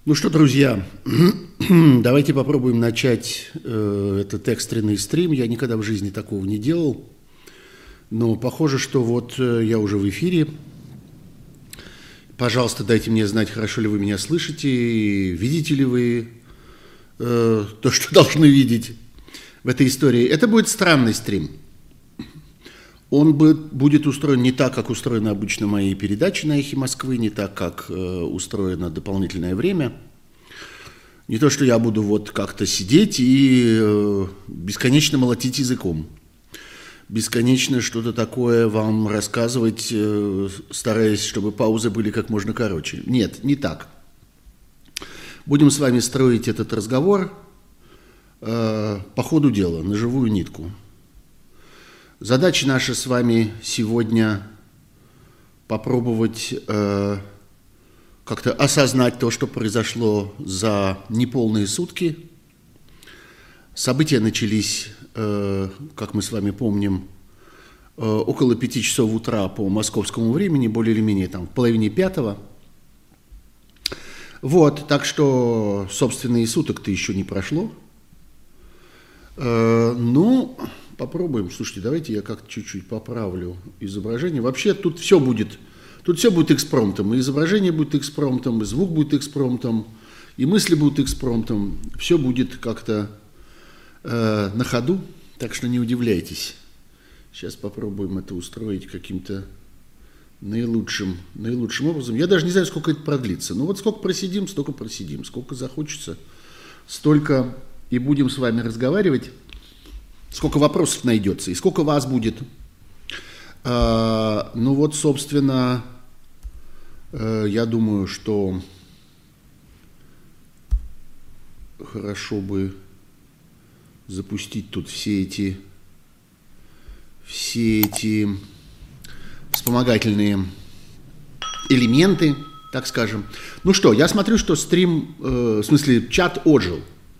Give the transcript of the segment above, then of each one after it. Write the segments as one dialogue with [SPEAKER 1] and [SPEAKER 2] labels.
[SPEAKER 1] Ну что, друзья, давайте попробуем начать этот экстренный стрим. Я никогда в жизни такого не делал, но похоже, что вот я уже в эфире. Пожалуйста, дайте мне знать, хорошо ли вы меня слышите, видите ли вы то, что должны видеть в этой истории. Это будет странный стрим. Он будет устроен не так, как устроены обычно мои передачи на «Эхе Москвы», не так, как устроено дополнительное время. Не то, что я буду вот как-то сидеть и бесконечно молотить языком, бесконечно что-то такое вам рассказывать, стараясь, чтобы паузы были как можно короче. Нет, не так. Будем с вами строить этот разговор по ходу дела, на живую нитку. Задача наша с вами сегодня попробовать как-то осознать то, что произошло за неполные сутки. События начались, как мы с вами помним, около 5 часов утра по московскому времени, более или менее там в половине пятого. Вот, так что, собственно, и суток-то еще не прошло. Ну, попробуем. Слушайте, давайте я как-то чуть-чуть поправлю изображение. Вообще тут все будет экспромтом. И изображение будет экспромтом, и звук будет экспромтом, и мысли будут экспромтом. Все будет как-то на ходу, так что не удивляйтесь. Сейчас попробуем это устроить каким-то наилучшим образом. Я даже не знаю, сколько это продлится. Ну вот сколько просидим, столько просидим. Сколько захочется, столько и будем с вами разговаривать. Сколько вопросов найдется и сколько вас будет. Ну вот, собственно, я думаю, что хорошо бы запустить тут все эти вспомогательные элементы, так скажем. Ну что, я смотрю, что стрим, в смысле чат ожил.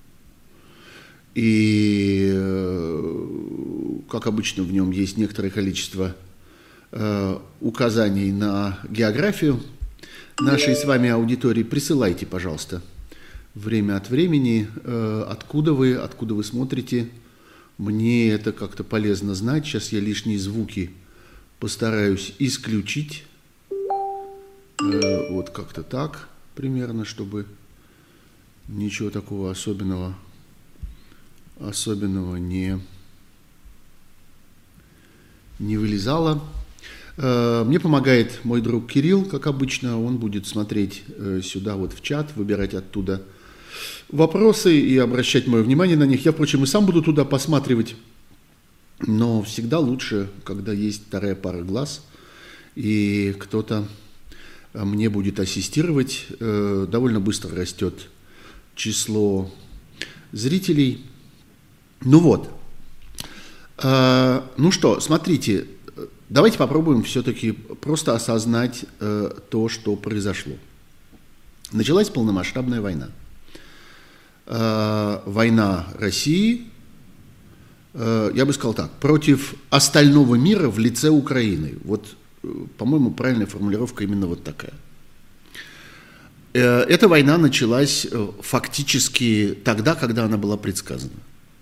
[SPEAKER 1] И, как обычно, в нем есть некоторое количество указаний на географию нашей с вами аудитории. Присылайте, пожалуйста, время от времени, откуда вы смотрите. Мне это как-то полезно знать. Сейчас я лишние звуки постараюсь исключить. Вот как-то так примерно, чтобы ничего такого особенного не вылезало. Мне помогает мой друг Кирилл, как обычно. Он будет смотреть сюда вот в чат, выбирать оттуда вопросы и обращать мое внимание на них. Я, впрочем, и сам буду туда посматривать. Но всегда лучше, когда есть вторая пара глаз, и кто-то мне будет ассистировать. Довольно быстро растет число зрителей. Ну вот. Ну что, смотрите, давайте попробуем все-таки просто осознать то, что произошло. Началась полномасштабная война. Война России, я бы сказал так, против остального мира в лице Украины. Вот, по-моему, правильная формулировка именно вот такая. Эта война началась фактически тогда, когда она была предсказана.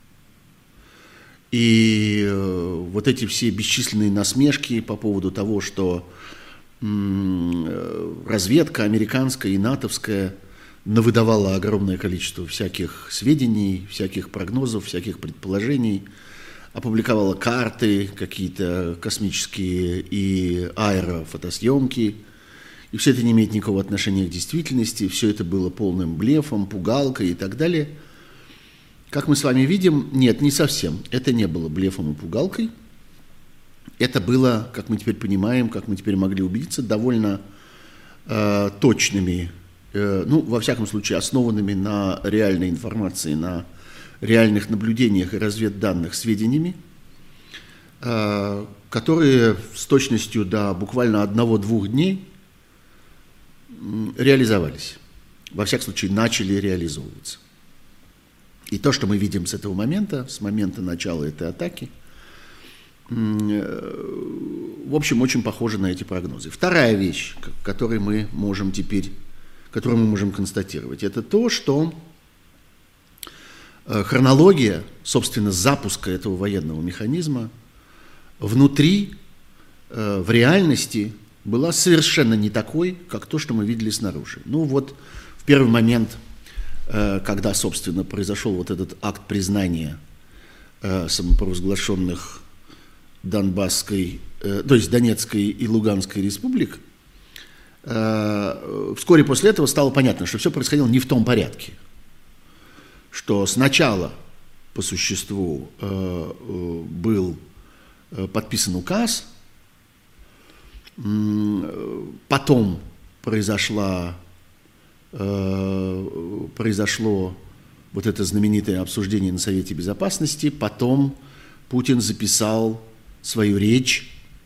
[SPEAKER 1] И вот эти все бесчисленные насмешки по поводу того, что разведка американская и натовская навыдавала огромное количество всяких сведений, всяких прогнозов, всяких предположений, опубликовала карты какие-то космические и аэрофотосъемки, и все это не имеет никакого отношения к действительности, все это было полным блефом, пугалкой и так далее. Как мы с вами видим, нет, не совсем. Это не было блефом и пугалкой. Это было, как мы теперь понимаем, как мы теперь могли убедиться, довольно точными, ну, во всяком случае, основанными на реальной информации, на реальных наблюдениях и разведданных сведениями, которые с точностью до буквально 1-2 дней реализовались. Во всяком случае, начали реализовываться. И то, что мы видим с этого момента, с момента начала этой атаки, в общем, очень похоже на эти прогнозы. Вторая вещь, к которой мы можем теперь которую мы можем констатировать, это то, что хронология, собственно, запуска этого военного механизма внутри, в реальности, была совершенно не такой, как то, что мы видели снаружи. Ну вот в первый момент, когда, собственно, произошел вот этот акт признания самопровозглашенных Донбасской, то есть Донецкой и Луганской республик, вскоре после этого стало понятно, что все происходило не в том порядке. Что сначала, по существу, был подписан указ, потом произошло вот это знаменитое обсуждение на Совете Безопасности, потом Путин записал свою речь,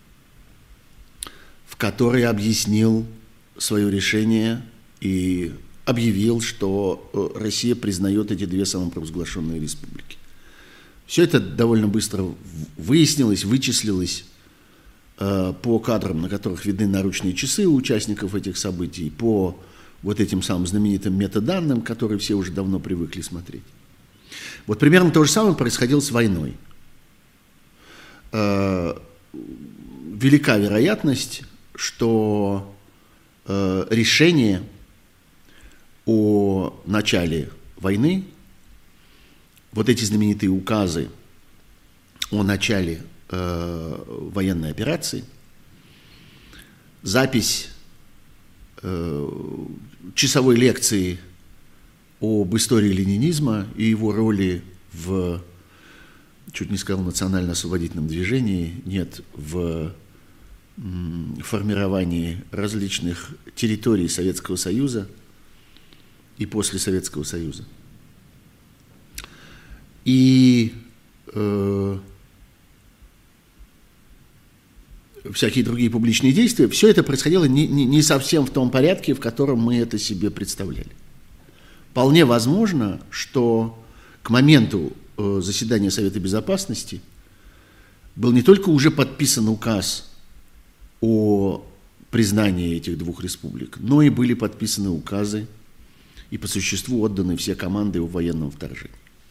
[SPEAKER 1] в которой объяснил свое решение и объявил, что Россия признает эти две самопровозглашенные республики. Все это довольно быстро выяснилось, вычислилось по кадрам, на которых видны наручные часы у участников этих событий, по вот этим самым знаменитым метаданным, которые все уже давно привыкли смотреть. Вот примерно то же самое происходило с войной. Велика вероятность, что решение о начале войны, вот эти знаменитые указы о начале военной операции, запись часовой лекции об истории ленинизма и его роли в, чуть не сказал, национально-освободительном движении, нет, в формировании различных территорий Советского Союза и после Советского Союза. И всякие другие публичные действия, все это происходило не совсем в том порядке, в котором мы это себе представляли. Вполне возможно, что к моменту заседания Совета Безопасности был не только уже подписан указ о признании этих двух республик, но и были подписаны указы и по существу отданы все команды о военном вторжении.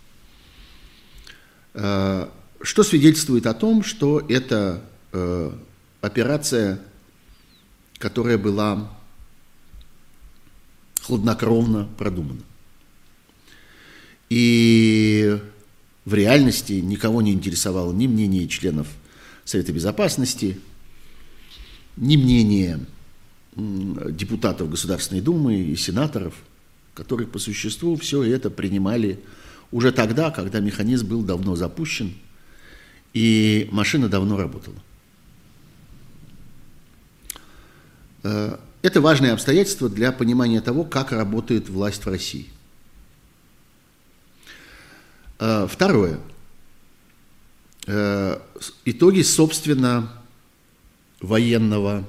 [SPEAKER 1] Что свидетельствует о том, что это операция, которая была хладнокровно продумана. И в реальности никого не интересовало ни мнение членов Совета Безопасности, ни мнение депутатов Государственной Думы и сенаторов, которые по существу все это принимали уже тогда, когда механизм был давно запущен и машина давно работала. Это важное обстоятельство для понимания того, как работает власть в России. Второе. Итоги, собственно, военных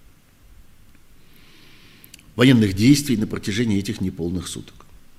[SPEAKER 1] действий на протяжении этих неполных суток.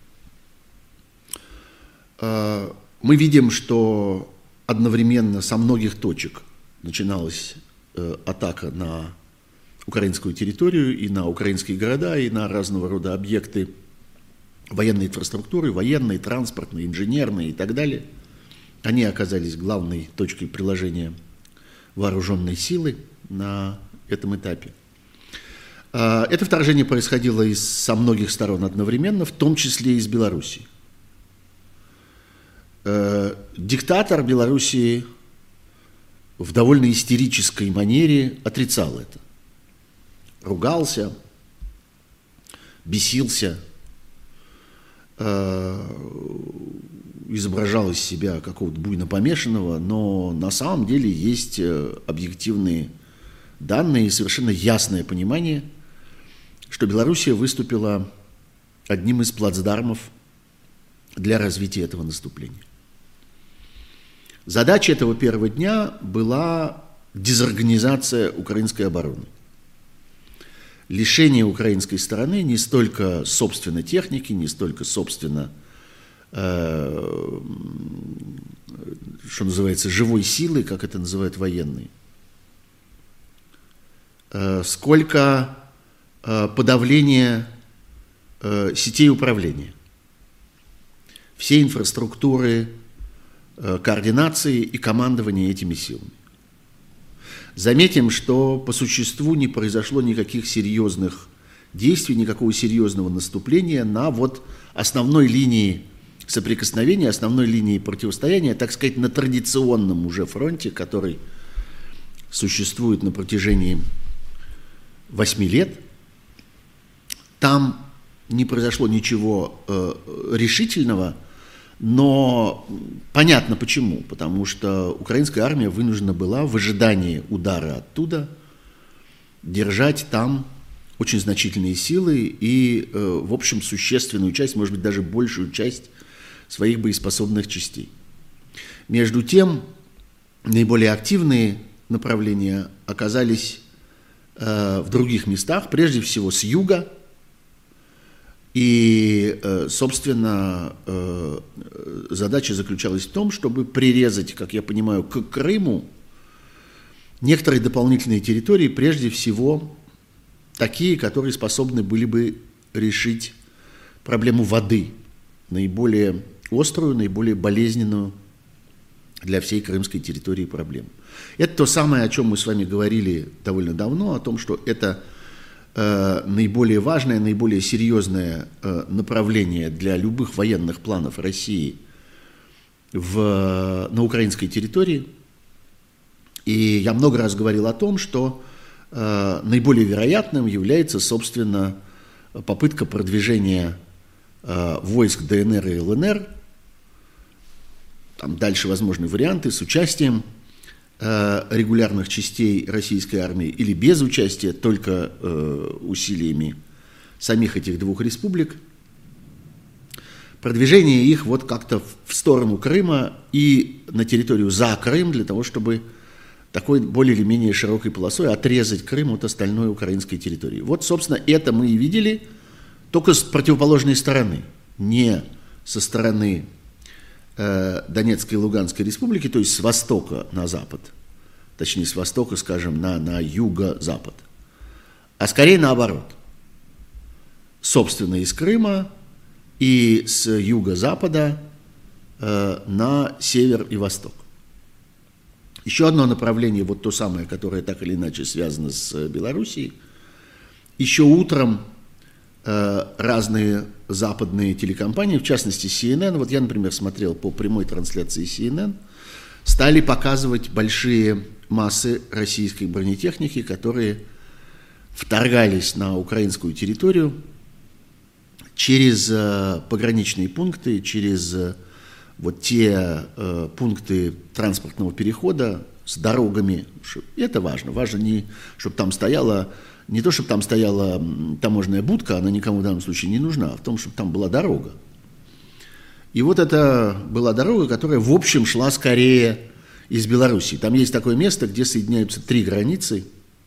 [SPEAKER 1] Мы видим, что одновременно со многих точек начиналась атака на украинскую территорию и на украинские города, и на разного рода объекты военной инфраструктуры, военной, транспортной, инженерной и так далее. Они оказались главной точкой приложения вооруженной силы на этом этапе. Это вторжение происходило со многих сторон одновременно, в том числе и из Белоруссии. Диктатор Белоруссии в довольно истерической манере отрицал это. Ругался, бесился, изображал из себя какого-то буйно помешанного, но на самом деле есть объективные данные и совершенно ясное понимание, что Белоруссия выступила одним из плацдармов для развития этого наступления. Задача этого первого дня была дезорганизация украинской обороны. Лишение украинской стороны не столько собственной техники, не столько собственно, что называется, живой силы, как это называют военные, сколько подавление сетей управления, всей инфраструктуры координации и командования этими силами. Заметим, что по существу не произошло никаких серьезных действий, никакого серьезного наступления на вот основной линии соприкосновения, основной линии противостояния, так сказать, на традиционном уже фронте, который существует на протяжении 8 лет. Там не произошло ничего решительного, но понятно почему. Потому что украинская армия вынуждена была в ожидании удара оттуда держать там очень значительные силы и, в общем, существенную часть, может быть, даже большую часть своих боеспособных частей. Между тем, наиболее активные направления оказались в других местах, прежде всего с юга. И, собственно, задача заключалась в том, чтобы прирезать, как я понимаю, к Крыму некоторые дополнительные территории, прежде всего такие, которые способны были бы решить проблему воды, наиболее острую, наиболее болезненную для всей крымской территории проблему. Это то самое, о чем мы с вами говорили довольно давно, о том, что это наиболее важное, наиболее серьезное направление для любых военных планов России на украинской территории. И я много раз говорил о том, что наиболее вероятным является, собственно, попытка продвижения войск ДНР и ЛНР. Там дальше возможны варианты с участием регулярных частей российской армии или без участия, только усилиями самих этих двух республик. Продвижение их вот как-то в сторону Крыма и на территорию за Крым, для того, чтобы такой более или менее широкой полосой отрезать Крым от остальной украинской территории. Вот, собственно, это мы и видели, только с противоположной стороны, не со стороны Донецкой и Луганской республики, то есть с востока на запад, точнее с востока, скажем, на юго-запад, а скорее наоборот. Собственно, из Крыма и с юго-запада на север и восток. Еще одно направление, вот то самое, которое так или иначе связано с Белоруссией. Еще утром разные западные телекомпании, в частности CNN, вот я, например, смотрел по прямой трансляции CNN, стали показывать большие массы российской бронетехники, которые вторгались на украинскую территорию через пограничные пункты, через вот те пункты транспортного перехода с дорогами. И это важно. Важно не, чтобы там стояла, не то, чтобы там стояла таможенная будка, она никому в данном случае не нужна, а в том, чтобы там была дорога. И вот это была дорога, которая, в общем, шла скорее из Белоруссии. Там есть такое место, где соединяются три границы.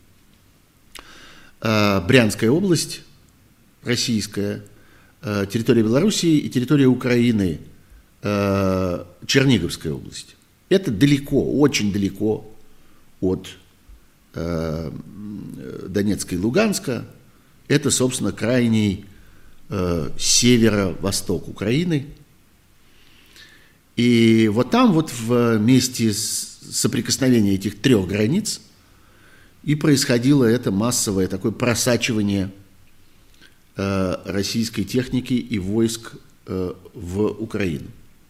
[SPEAKER 1] Брянская область, российская, территория Белоруссии и территория Украины, Черниговская область. Это далеко, очень далеко от Донецка и Луганска. Это, собственно, крайний северо-восток Украины. И вот там вот вместе с соприкосновением этих трех границ и происходило это массовое такое просачивание российской техники и войск в Украину.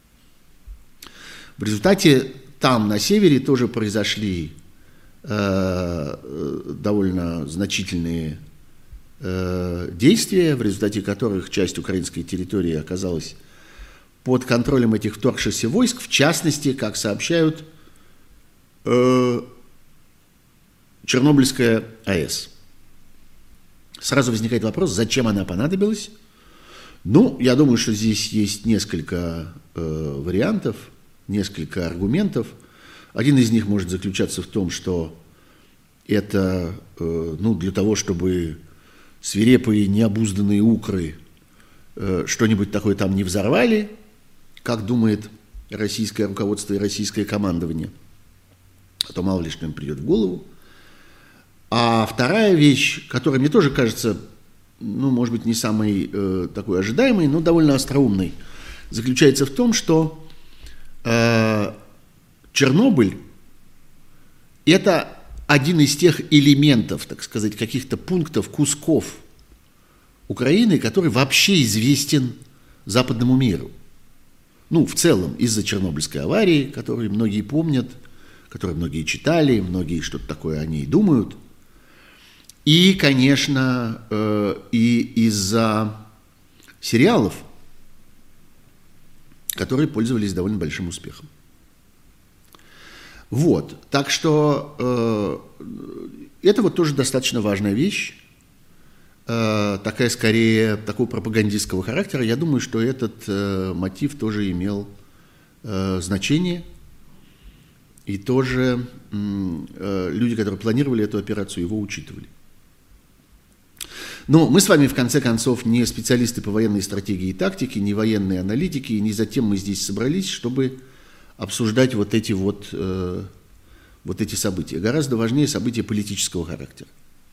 [SPEAKER 1] В результате там, на севере, тоже произошли довольно значительные действия, в результате которых часть украинской территории оказалась под контролем этих вторгшихся войск, в частности, как сообщают, Чернобыльская АЭС. Сразу возникает вопрос, зачем она понадобилась? Ну, я думаю, что здесь есть несколько вариантов, несколько аргументов. Один из них может заключаться в том, что это для того, чтобы свирепые, необузданные укры что-нибудь такое там не взорвали, как думает российское руководство и российское командование, а то мало ли что им придет в голову. А вторая вещь, которая мне тоже кажется ну, может быть, не самый такой ожидаемый, но довольно остроумный, заключается в том, что Чернобыль – это один из тех элементов, так сказать, каких-то пунктов, кусков Украины, который вообще известен западному миру. Ну, в целом, из-за Чернобыльской аварии, которую многие помнят, которую многие читали, многие что-то такое о ней думают. И, конечно, и из-за сериалов, которые пользовались довольно большим успехом. Вот, так что это вот тоже достаточно важная вещь, такая скорее такого пропагандистского характера. Я думаю, что этот мотив тоже имел значение, и тоже люди, которые планировали эту операцию, его учитывали. Но мы с вами, в конце концов, не специалисты по военной стратегии и тактике, не военные аналитики, и не затем мы здесь собрались, чтобы обсуждать вот эти события. Гораздо важнее события политического характера.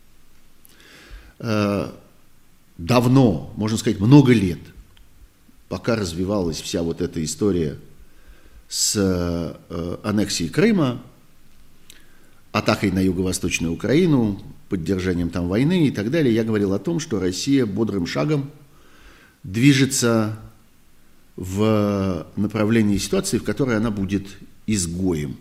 [SPEAKER 1] Давно, можно сказать, много лет, пока развивалась вся вот эта история с аннексией Крыма, атакой на юго-восточную Украину, поддержанием там войны и так далее, я говорил о том, что Россия бодрым шагом движется в направлении ситуации, в которой она будет изгоем.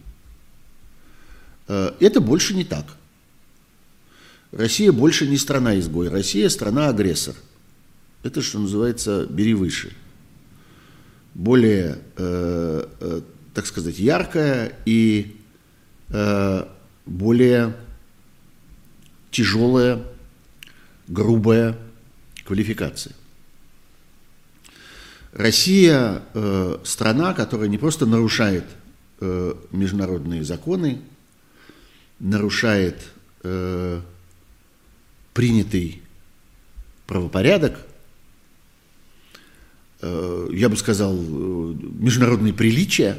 [SPEAKER 1] Это больше не так. Россия больше не страна-изгой, Россия страна-агрессор. Это, что называется, бери выше. Более, так сказать, яркая и более тяжелая, грубая квалификация. Россия страна, которая не просто нарушает международные законы, нарушает принятый правопорядок, я бы сказал, международные приличия,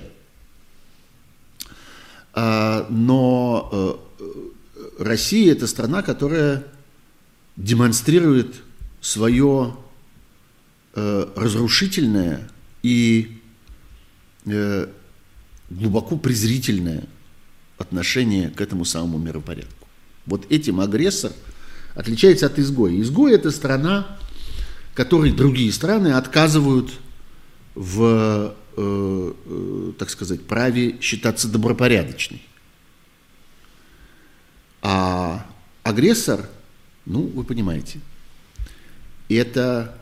[SPEAKER 1] но Россия – это страна, которая демонстрирует свое разрушительное и глубоко презрительное отношение к этому самому миропорядку. Вот этим агрессор отличается от изгоя. Изгой – это страна, которой другие страны отказывают в, так сказать, праве считаться добропорядочной. А агрессор, ну, вы понимаете, это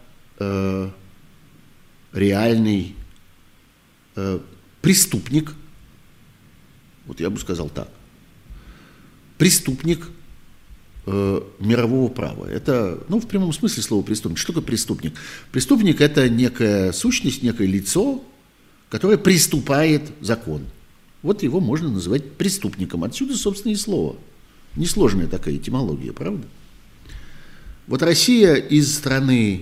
[SPEAKER 1] реальный преступник, вот я бы сказал так, преступник мирового права. Это, ну, в прямом смысле слова преступник. Что такое преступник? Преступник – это некая сущность, некое лицо, которое приступает закон. Вот его можно называть преступником. Отсюда, собственно, и слово. Несложная такая этимология, правда? Вот Россия из страны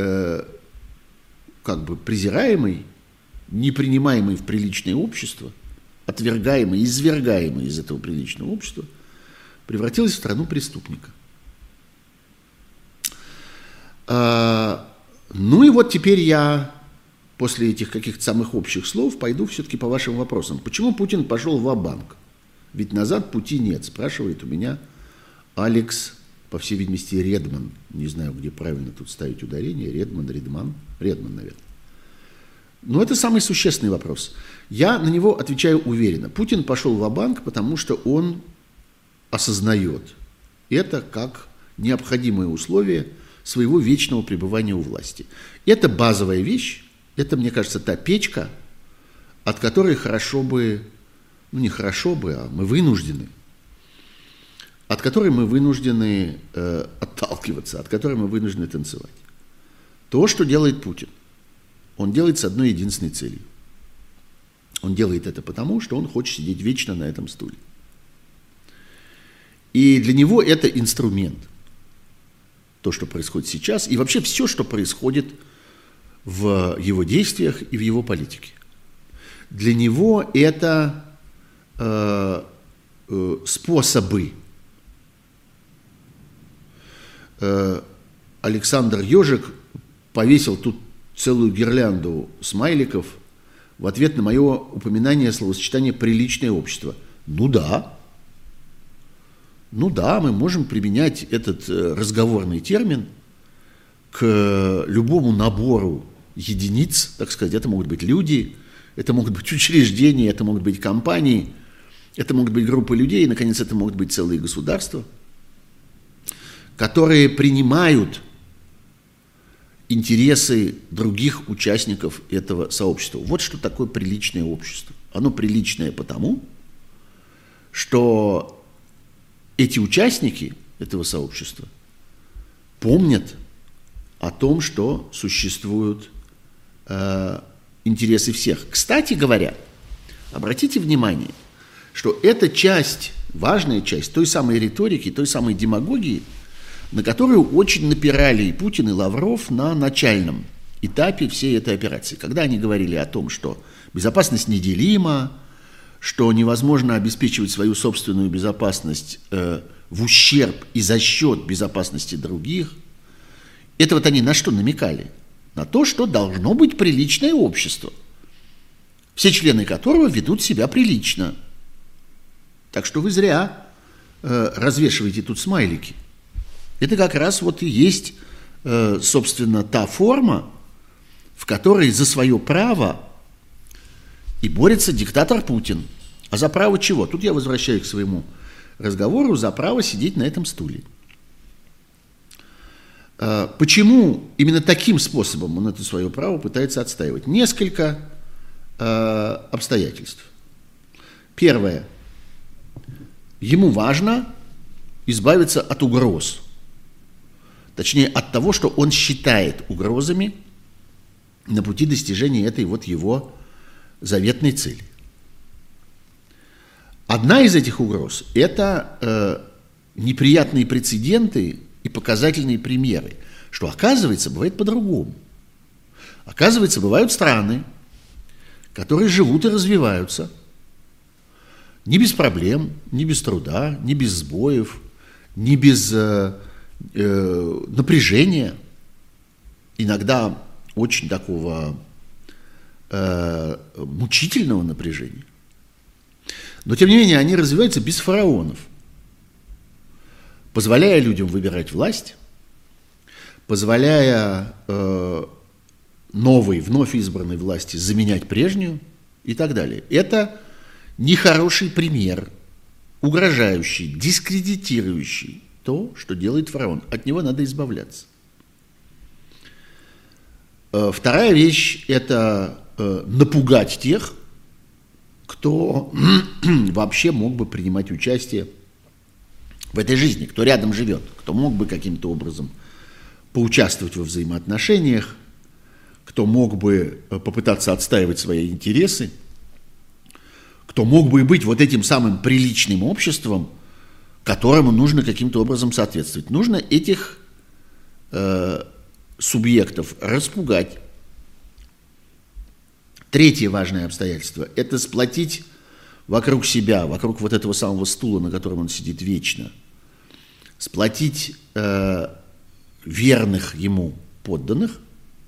[SPEAKER 1] как бы презираемой, не принимаемой в приличное общество, отвергаемой, извергаемой из этого приличного общества, превратилась в страну преступника. Ну и вот теперь я, после этих каких-то самых общих слов, пойду все-таки по вашим вопросам. Почему Путин пошел ва-банк? Ведь назад пути нет, спрашивает у меня Алекс, по всей видимости, Редман. Не знаю, где правильно тут ставить ударение. Редман, наверное. Но это самый существенный вопрос. Я на него отвечаю уверенно. Путин пошел ва-банк, потому что он осознает это как необходимое условие своего вечного пребывания у власти. Это базовая вещь, это, мне кажется, та печка, от которой хорошо бы, ну не хорошо бы, а мы вынуждены, от которой мы вынуждены отталкиваться, от которой мы вынуждены танцевать. То, что делает Путин, он делает с одной единственной целью. Он делает это потому, что он хочет сидеть вечно на этом стуле. И для него это инструмент. То, что происходит сейчас, и вообще все, что происходит в его действиях и в его политике. Для него это способы Александр Ежик повесил тут целую гирлянду смайликов в ответ на мое упоминание словосочетания «приличное общество». Ну да, мы можем применять этот разговорный термин к любому набору единиц, так сказать. Это могут быть люди, это могут быть учреждения, это могут быть компании, это могут быть группы людей, и, наконец, это могут быть целые государства, которые принимают интересы других участников этого сообщества. Вот что такое приличное общество. Оно приличное потому, что эти участники этого сообщества помнят о том, что существуют интересы всех. Кстати говоря, обратите внимание, что это часть, важная часть той самой риторики, той самой демагогии, на которую очень напирали и Путин, и Лавров на начальном этапе всей этой операции. Когда они говорили о том, что безопасность неделима, что невозможно обеспечивать свою собственную безопасность в ущерб и за счет безопасности других, это вот они на что намекали? На то, что должно быть приличное общество, все члены которого ведут себя прилично. Так что вы зря развешиваете тут смайлики. Это как раз вот и есть, собственно, та форма, в которой за свое право и борется диктатор Путин. А за право чего? Тут я возвращаюсь к своему разговору, за право сидеть на этом стуле. Почему именно таким способом он это свое право пытается отстаивать? Несколько обстоятельств. Первое. Ему важно избавиться от угроз. Точнее, от того, что он считает угрозами на пути достижения этой вот его заветной цели. Одна из этих угроз – это неприятные прецеденты и показательные примеры, что, оказывается, бывает по-другому. Оказывается, бывают страны, которые живут и развиваются не без проблем, не без труда, не без сбоев, не без напряжения, иногда очень такого мучительного напряжения. Но, тем не менее, они развиваются без фараонов, позволяя людям выбирать власть, позволяя новой, вновь избранной власти заменять прежнюю и так далее. Это нехороший пример, угрожающий, дискредитирующий то, что делает фараон. От него надо избавляться. Вторая вещь – это напугать тех, кто вообще мог бы принимать участие в этой жизни, кто рядом живет, кто мог бы каким-то образом поучаствовать во взаимоотношениях, кто мог бы попытаться отстаивать свои интересы, кто мог бы быть вот этим самым приличным обществом, которому нужно каким-то образом соответствовать. Нужно этих субъектов распугать. Третье важное обстоятельство – это сплотить вокруг себя, вокруг вот этого самого стула, на котором он сидит вечно, сплотить верных ему подданных,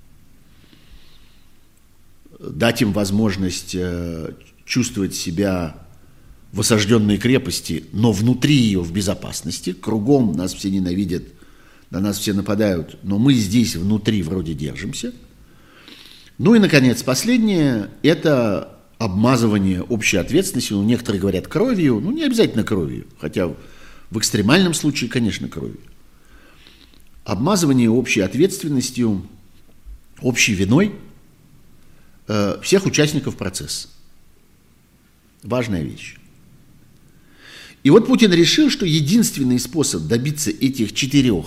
[SPEAKER 1] дать им возможность чувствовать себя в осажденной крепости, но внутри ее в безопасности. Кругом нас все ненавидят, на нас все нападают, но мы здесь внутри вроде держимся. Ну и, наконец, последнее – это обмазывание общей ответственностью. Ну, некоторые говорят кровью, ну не обязательно кровью, хотя в экстремальном случае, конечно, кровью. Обмазывание общей ответственностью, общей виной всех участников процесса. Важная вещь. И вот Путин решил, что единственный способ добиться этих 4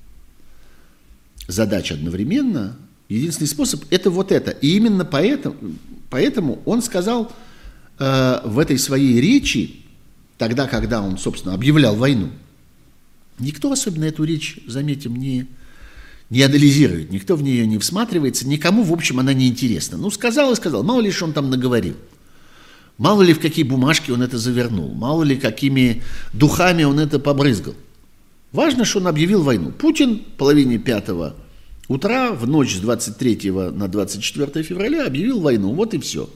[SPEAKER 1] задач одновременно, единственный способ – это вот это. И именно поэтому он сказал в этой своей речи, тогда, когда он, собственно, объявлял войну, никто особенно эту речь, заметим, не анализирует, никто в нее не всматривается, никому, в общем, она не интересна. Ну, сказал и сказал, мало ли, что он там наговорил. Мало ли, в какие бумажки он это завернул, мало ли, какими духами он это побрызгал. Важно, что он объявил войну. Путин в половине 5 утра, в ночь с 23 на 24 февраля объявил войну. Вот и все.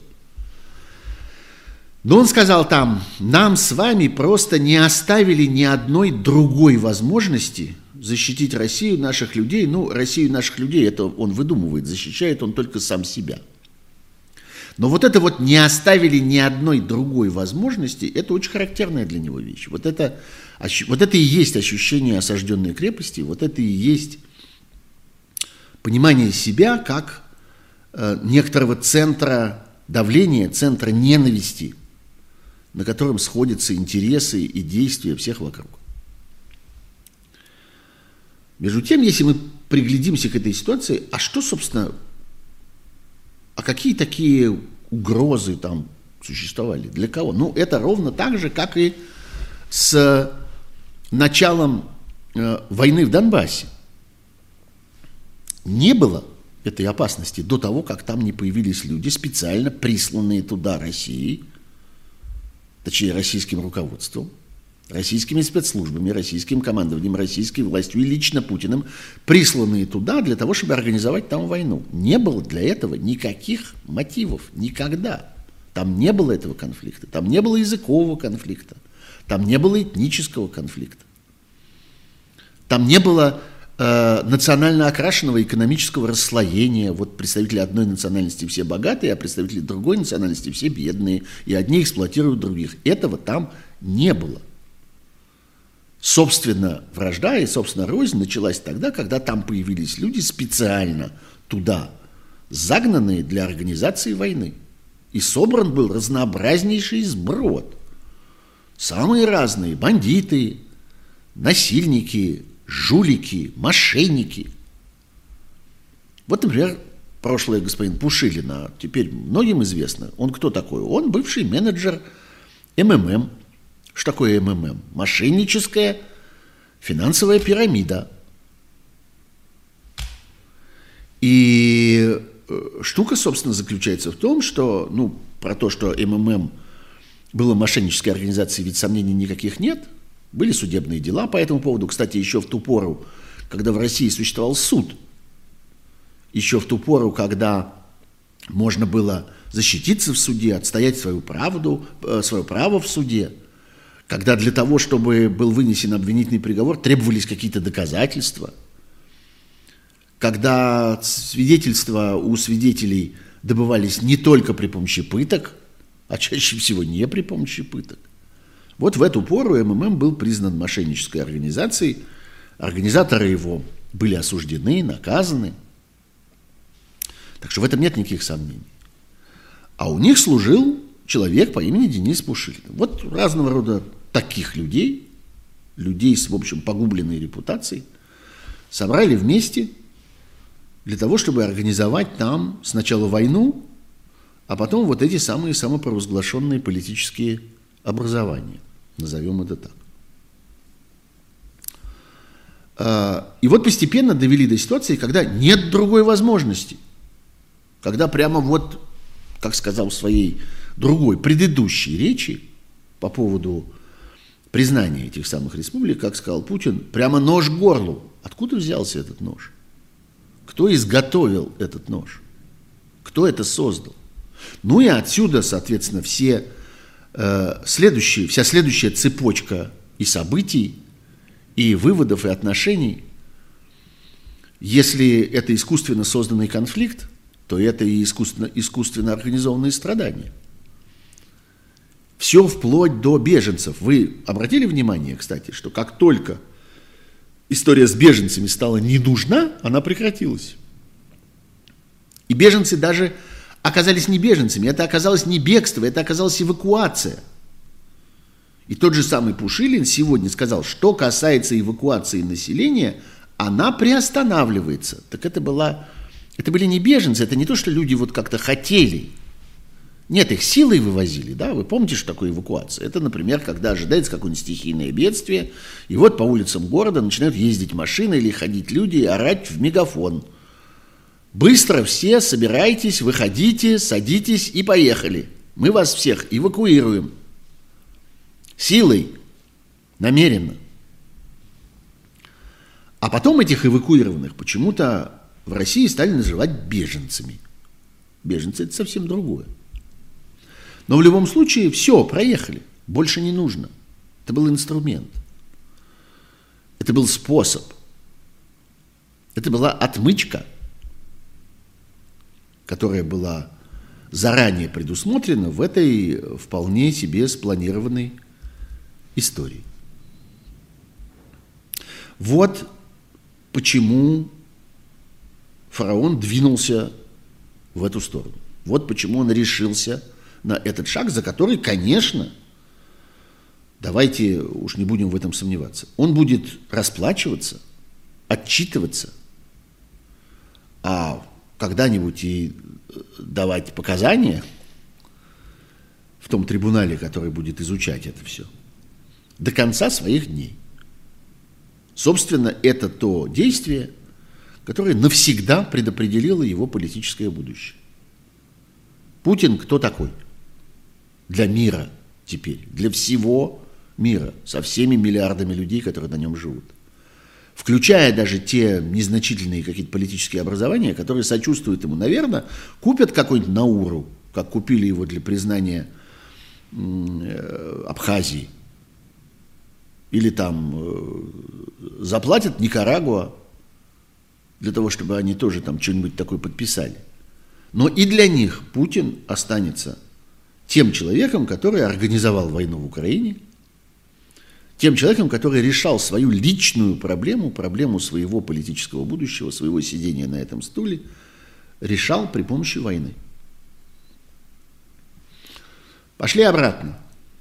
[SPEAKER 1] Но он сказал там: нам с вами просто не оставили ни одной другой возможности защитить Россию, наших людей. Ну, Россию, наших людей, это он выдумывает, защищает он только сам себя. Но вот это вот не оставили ни одной другой возможности, это очень характерная для него вещь. Вот это и есть ощущение осажденной крепости, вот это и есть понимание себя как некоторого центра давления, центра ненависти, на котором сходятся интересы и действия всех вокруг. Между тем, если мы приглядимся к этой ситуации, а что, собственно, а какие такие угрозы там существовали? Для кого? Ну, это ровно так же, как и с началом войны в Донбассе. Не было этой опасности до того, как там не появились люди, специально присланные туда Россией, точнее, российским руководством, российскими спецслужбами, российским командованием, российской властью и лично Путиным, присланные туда для того, чтобы организовать там войну. Не было для этого никаких мотивов, никогда. Там не было этого конфликта, там не было языкового конфликта, там не было этнического конфликта, там не было национально окрашенного экономического расслоения. Вот представители одной национальности все богатые, а представители другой национальности все бедные, и одни эксплуатируют других. Этого там не было. Собственно, вражда и, собственно, рознь началась тогда, когда там появились люди специально туда, загнанные для организации войны. И собран был разнообразнейший сброд. Самые разные бандиты, насильники, жулики, мошенники. Вот, например, прошлый господин Пушилин, теперь многим известно. Он кто такой? Он бывший менеджер МММ. Что такое МММ? Мошенническая финансовая пирамида. И штука, собственно, заключается в том, что, про то, что МММ было мошеннической организацией, ведь сомнений никаких нет. Были судебные дела по этому поводу. Кстати, еще в ту пору, когда в России существовал суд, еще в ту пору, когда можно было защититься в суде, отстоять свое право в суде, когда для того, чтобы был вынесен обвинительный приговор, требовались какие-то доказательства, когда свидетельства у свидетелей добывались не только при помощи пыток, а чаще всего не при помощи пыток. Вот в эту пору МММ был признан мошеннической организацией, организаторы его были осуждены, наказаны. Так что в этом нет никаких сомнений. А у них служил человек по имени Денис Пушилин. Вот разного рода таких людей с, в общем, погубленной репутацией, собрали вместе для того, чтобы организовать там сначала войну, а потом вот эти самые самопровозглашенные политические образования. Назовем это так. И вот постепенно довели до ситуации, когда нет другой возможности. Когда прямо вот, как сказал в своей другой, предыдущей речи по поводу признания этих самых республик, как сказал Путин, прямо нож к горлу. Откуда взялся этот нож? Кто изготовил этот нож? Кто это создал? Ну и отсюда, соответственно, вся следующая цепочка и событий, и выводов, и отношений. Если это искусственно созданный конфликт, то это и искусственно организованные страдания. Все вплоть до беженцев. Вы обратили внимание, кстати, что как только история с беженцами стала не нужна, она прекратилась. И беженцы даже оказались не беженцами, это оказалось не бегство, это оказалась эвакуация. И тот же самый Пушилин сегодня сказал, что касается эвакуации населения, она приостанавливается. Так это были не беженцы, это не то, что люди вот как-то хотели. Нет, их силой вывозили, да, вы помните, что такое эвакуация? Это, например, когда ожидается какое-нибудь стихийное бедствие, и вот по улицам города начинают ездить машины или ходить люди и орать в мегафон. Быстро все собирайтесь, выходите, садитесь и поехали. Мы вас всех эвакуируем. Силой, намеренно. А потом этих эвакуированных почему-то в России стали называть беженцами. Беженцы – это совсем другое. Но в любом случае все, проехали, больше не нужно. Это был инструмент. Это был способ. Это была отмычка, которая была заранее предусмотрена в этой вполне себе спланированной истории. Вот почему фараон двинулся в эту сторону. Вот почему он решился на этот шаг, за который, конечно, давайте уж не будем в этом сомневаться, он будет расплачиваться, отчитываться, а когда-нибудь и давать показания в том трибунале, который будет изучать это все, до конца своих дней. Собственно, это то действие, которое навсегда предопределило его политическое будущее. Путин кто такой? Для мира теперь, для всего мира, со всеми миллиардами людей, которые на нем живут. Включая даже те незначительные какие-то политические образования, которые сочувствуют ему, наверное, купят какой-нибудь Науру, как купили его для признания Абхазии. Или там заплатят Никарагуа для того, чтобы они тоже там что-нибудь такое подписали. Но и для них Путин останется тем человеком, который организовал войну в Украине, тем человеком, который решал свою личную проблему, проблему своего политического будущего, своего сидения на этом стуле, решал при помощи войны. Пошли обратно.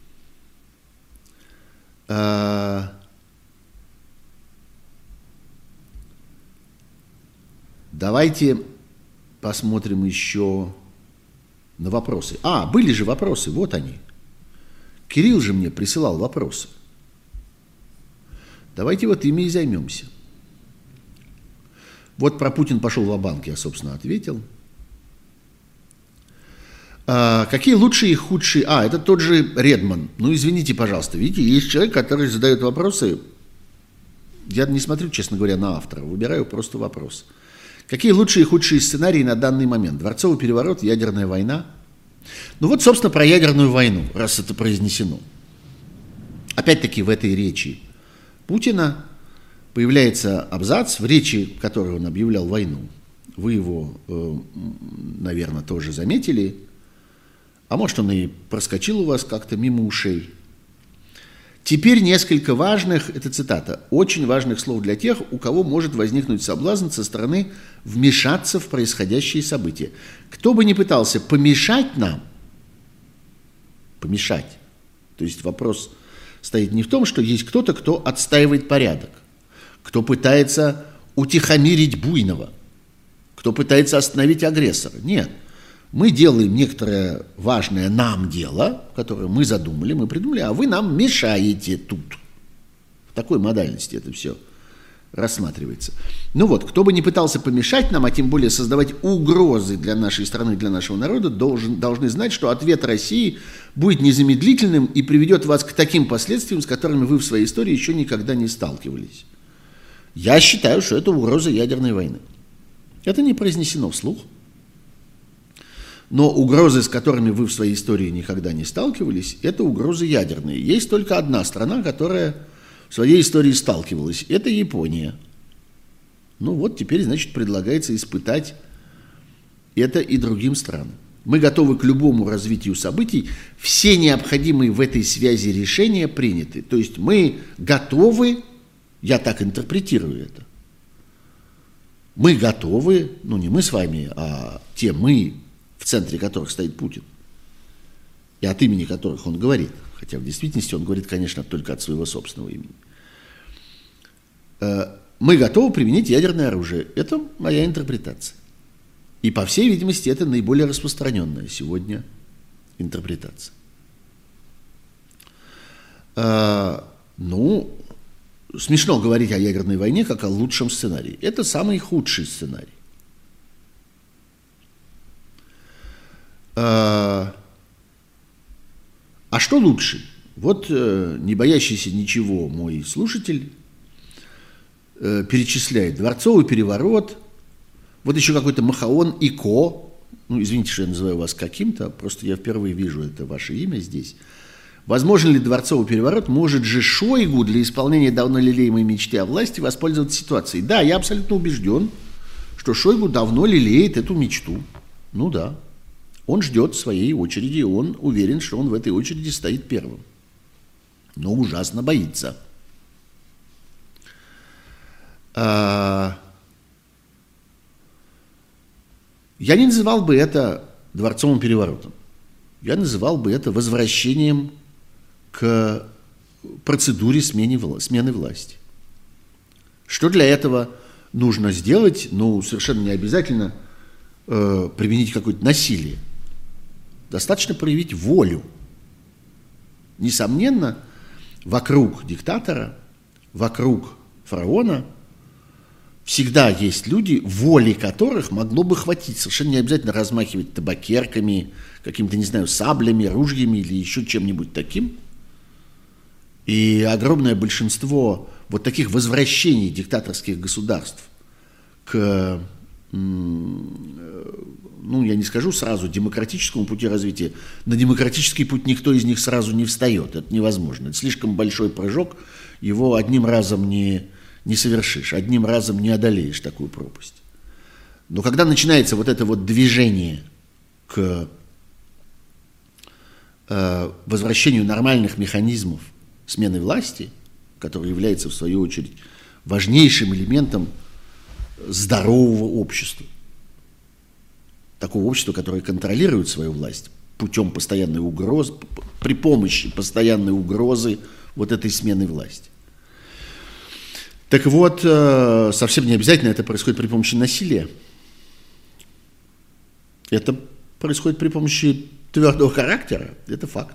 [SPEAKER 1] Давайте посмотрим еще на вопросы. Были же вопросы, вот они. Кирилл же мне присылал вопросы. Давайте вот ими и займемся. Вот про Путин пошел ва-банк, я, собственно, ответил. Какие лучшие и худшие... это тот же Редман. Ну, извините, пожалуйста. Видите, есть человек, который задает вопросы. Я не смотрю, честно говоря, на автора. Выбираю просто вопрос. Какие лучшие и худшие сценарии на данный момент? Дворцовый переворот, ядерная война? Ну вот, собственно, про ядерную войну, раз это произнесено. Опять-таки в этой речи Путина появляется абзац, в речи, в которой он объявлял войну. Вы его, наверное, тоже заметили. А может, он и проскочил у вас как-то мимо ушей. Теперь несколько важных, это цитата, очень важных слов для тех, у кого может возникнуть соблазн со стороны вмешаться в происходящие события. Кто бы ни пытался помешать нам, помешать, то есть вопрос стоит не в том, что есть кто-то, кто отстаивает порядок, кто пытается утихомирить буйного, кто пытается остановить агрессора. Нет. Мы делаем некоторое важное нам дело, которое мы задумали, мы придумали, а вы нам мешаете тут. В такой модальности это все рассматривается. Ну вот, кто бы ни пытался помешать нам, а тем более создавать угрозы для нашей страны, для нашего народа, должны знать, что ответ России будет незамедлительным и приведет вас к таким последствиям, с которыми вы в своей истории еще никогда не сталкивались. Я считаю, что это угроза ядерной войны. Это не произнесено вслух. Но угрозы, с которыми вы в своей истории никогда не сталкивались, это угрозы ядерные. Есть только одна страна, которая в своей истории сталкивалась. Это Япония. Ну вот теперь, значит, предлагается испытать это и другим странам. Мы готовы к любому развитию событий. Все необходимые в этой связи решения приняты. То есть мы готовы, я так интерпретирую это, мы готовы, ну не мы с вами, а те мы, в центре которых стоит Путин, и от имени которых он говорит, хотя в действительности он говорит, конечно, только от своего собственного имени. Мы готовы применить ядерное оружие. Это моя интерпретация. И, по всей видимости, это наиболее распространенная сегодня интерпретация. Ну, смешно говорить о ядерной войне как о лучшем сценарии. Это самый худший сценарий. А что лучше? Вот не боящийся ничего мой слушатель перечисляет. Дворцовый переворот, вот еще какой-то Махаон Ико, ну, извините, что я называю вас каким-то, просто я впервые вижу это ваше имя здесь. Возможен ли дворцовый переворот? Может же Шойгу для исполнения давно лелеемой мечты о власти воспользоваться ситуацией? Да, я абсолютно убежден, что Шойгу давно лелеет эту мечту. Ну да. Он ждет своей очереди, он уверен, что он в этой очереди стоит первым. Но ужасно боится. Я не называл бы это дворцовым переворотом. Я называл бы это возвращением к процедуре смены власти. Что для этого нужно сделать? Ну, совершенно не обязательно применить какое-то насилие. Достаточно проявить волю. Несомненно, вокруг диктатора, вокруг фараона всегда есть люди, воли которых могло бы хватить. Совершенно не обязательно размахивать табакерками, какими-то, не знаю, саблями, ружьями или еще чем-нибудь таким. И огромное большинство вот таких возвращений диктаторских государств к, ну, я не скажу сразу, демократическому пути развития. На демократический путь никто из них сразу не встает. Это невозможно. Это слишком большой прыжок. Его одним разом не совершишь, одним разом не одолеешь такую пропасть. Но когда начинается вот это вот движение к возвращению нормальных механизмов смены власти, который является, в свою очередь, важнейшим элементом здорового общества, такого общества, которое контролирует свою власть путем постоянной угрозы, при помощи постоянной угрозы вот этой смены власти. Так вот, совсем не обязательно это происходит при помощи насилия. Это происходит при помощи твердого характера. Это факт.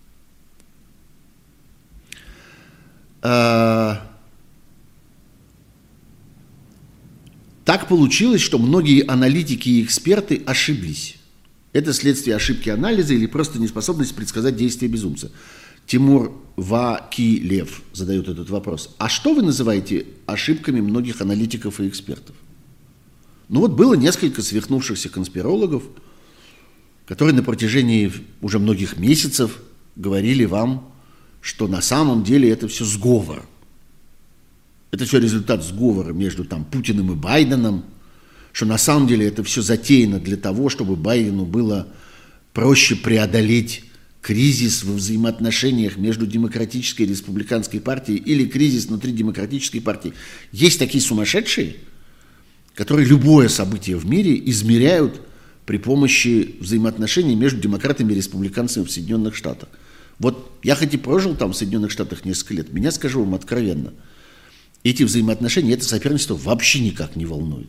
[SPEAKER 1] Так получилось, что многие аналитики и эксперты ошиблись. Это следствие ошибки анализа или просто неспособность предсказать действия безумца. Тимур Вакилев задает этот вопрос. А что вы называете ошибками многих аналитиков и экспертов? Ну вот было несколько свихнувшихся конспирологов, которые на протяжении уже многих месяцев говорили вам, что на самом деле это все сговор. Это все результат сговора между Путиным и Байденом, что на самом деле это все затеяно для того, чтобы Байдену было проще преодолеть кризис во взаимоотношениях между демократической и республиканской партией или кризис внутри демократической партии. Есть такие сумасшедшие, которые любое событие в мире измеряют при помощи взаимоотношений между демократами и республиканцами в Соединенных Штатах. Вот я хоть и прожил там в Соединенных Штатах несколько лет, меня, скажу вам откровенно, эти взаимоотношения, это соперничество вообще никак не волнует.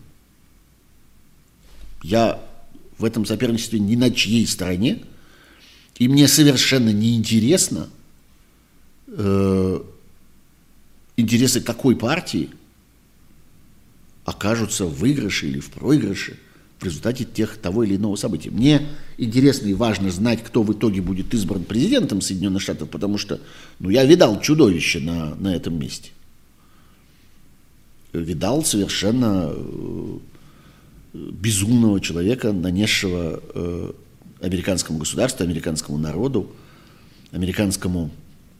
[SPEAKER 1] Я в этом соперничестве ни на чьей стороне, и мне совершенно неинтересно интересы какой партии окажутся в выигрыше или в проигрыше в результате того или иного события. Мне интересно и важно знать, кто в итоге будет избран президентом Соединенных Штатов, потому что я видал чудовище на этом месте. Видал совершенно безумного человека, нанесшего американскому государству, американскому народу, американской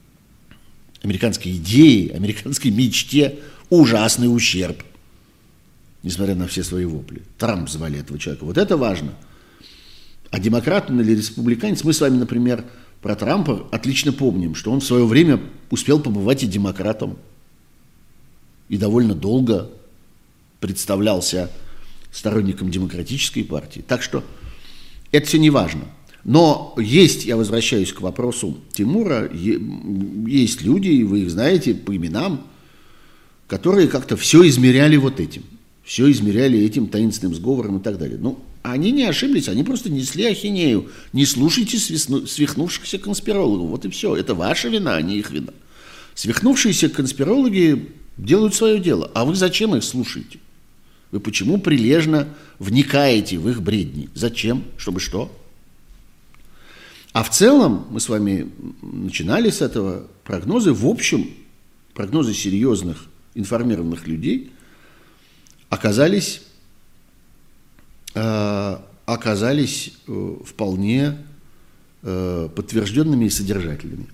[SPEAKER 1] идее, американской мечте ужасный ущерб, несмотря на все свои вопли. Трамп звали этого человека. Вот это важно. А демократ он или республиканец, мы с вами, например, про Трампа отлично помним, что он в свое время успел побывать и демократом, и довольно долго представлялся сторонником демократической партии. Так что это все не важно. Но есть, я возвращаюсь к вопросу Тимура, есть люди, и вы их знаете по именам, которые как-то все измеряли вот этим. Все измеряли этим таинственным сговором и так далее. Они не ошиблись, они просто несли ахинею. Не слушайте свихнувшихся конспирологов. Вот и все. Это ваша вина, а не их вина. Свихнувшиеся конспирологи делают свое дело. А вы зачем их слушаете? Вы почему прилежно вникаете в их бредни? Зачем? Чтобы что? А в целом, мы с вами начинали с этого, прогнозы в общем, прогнозы серьезных информированных людей оказались вполне подтвержденными и содержательными.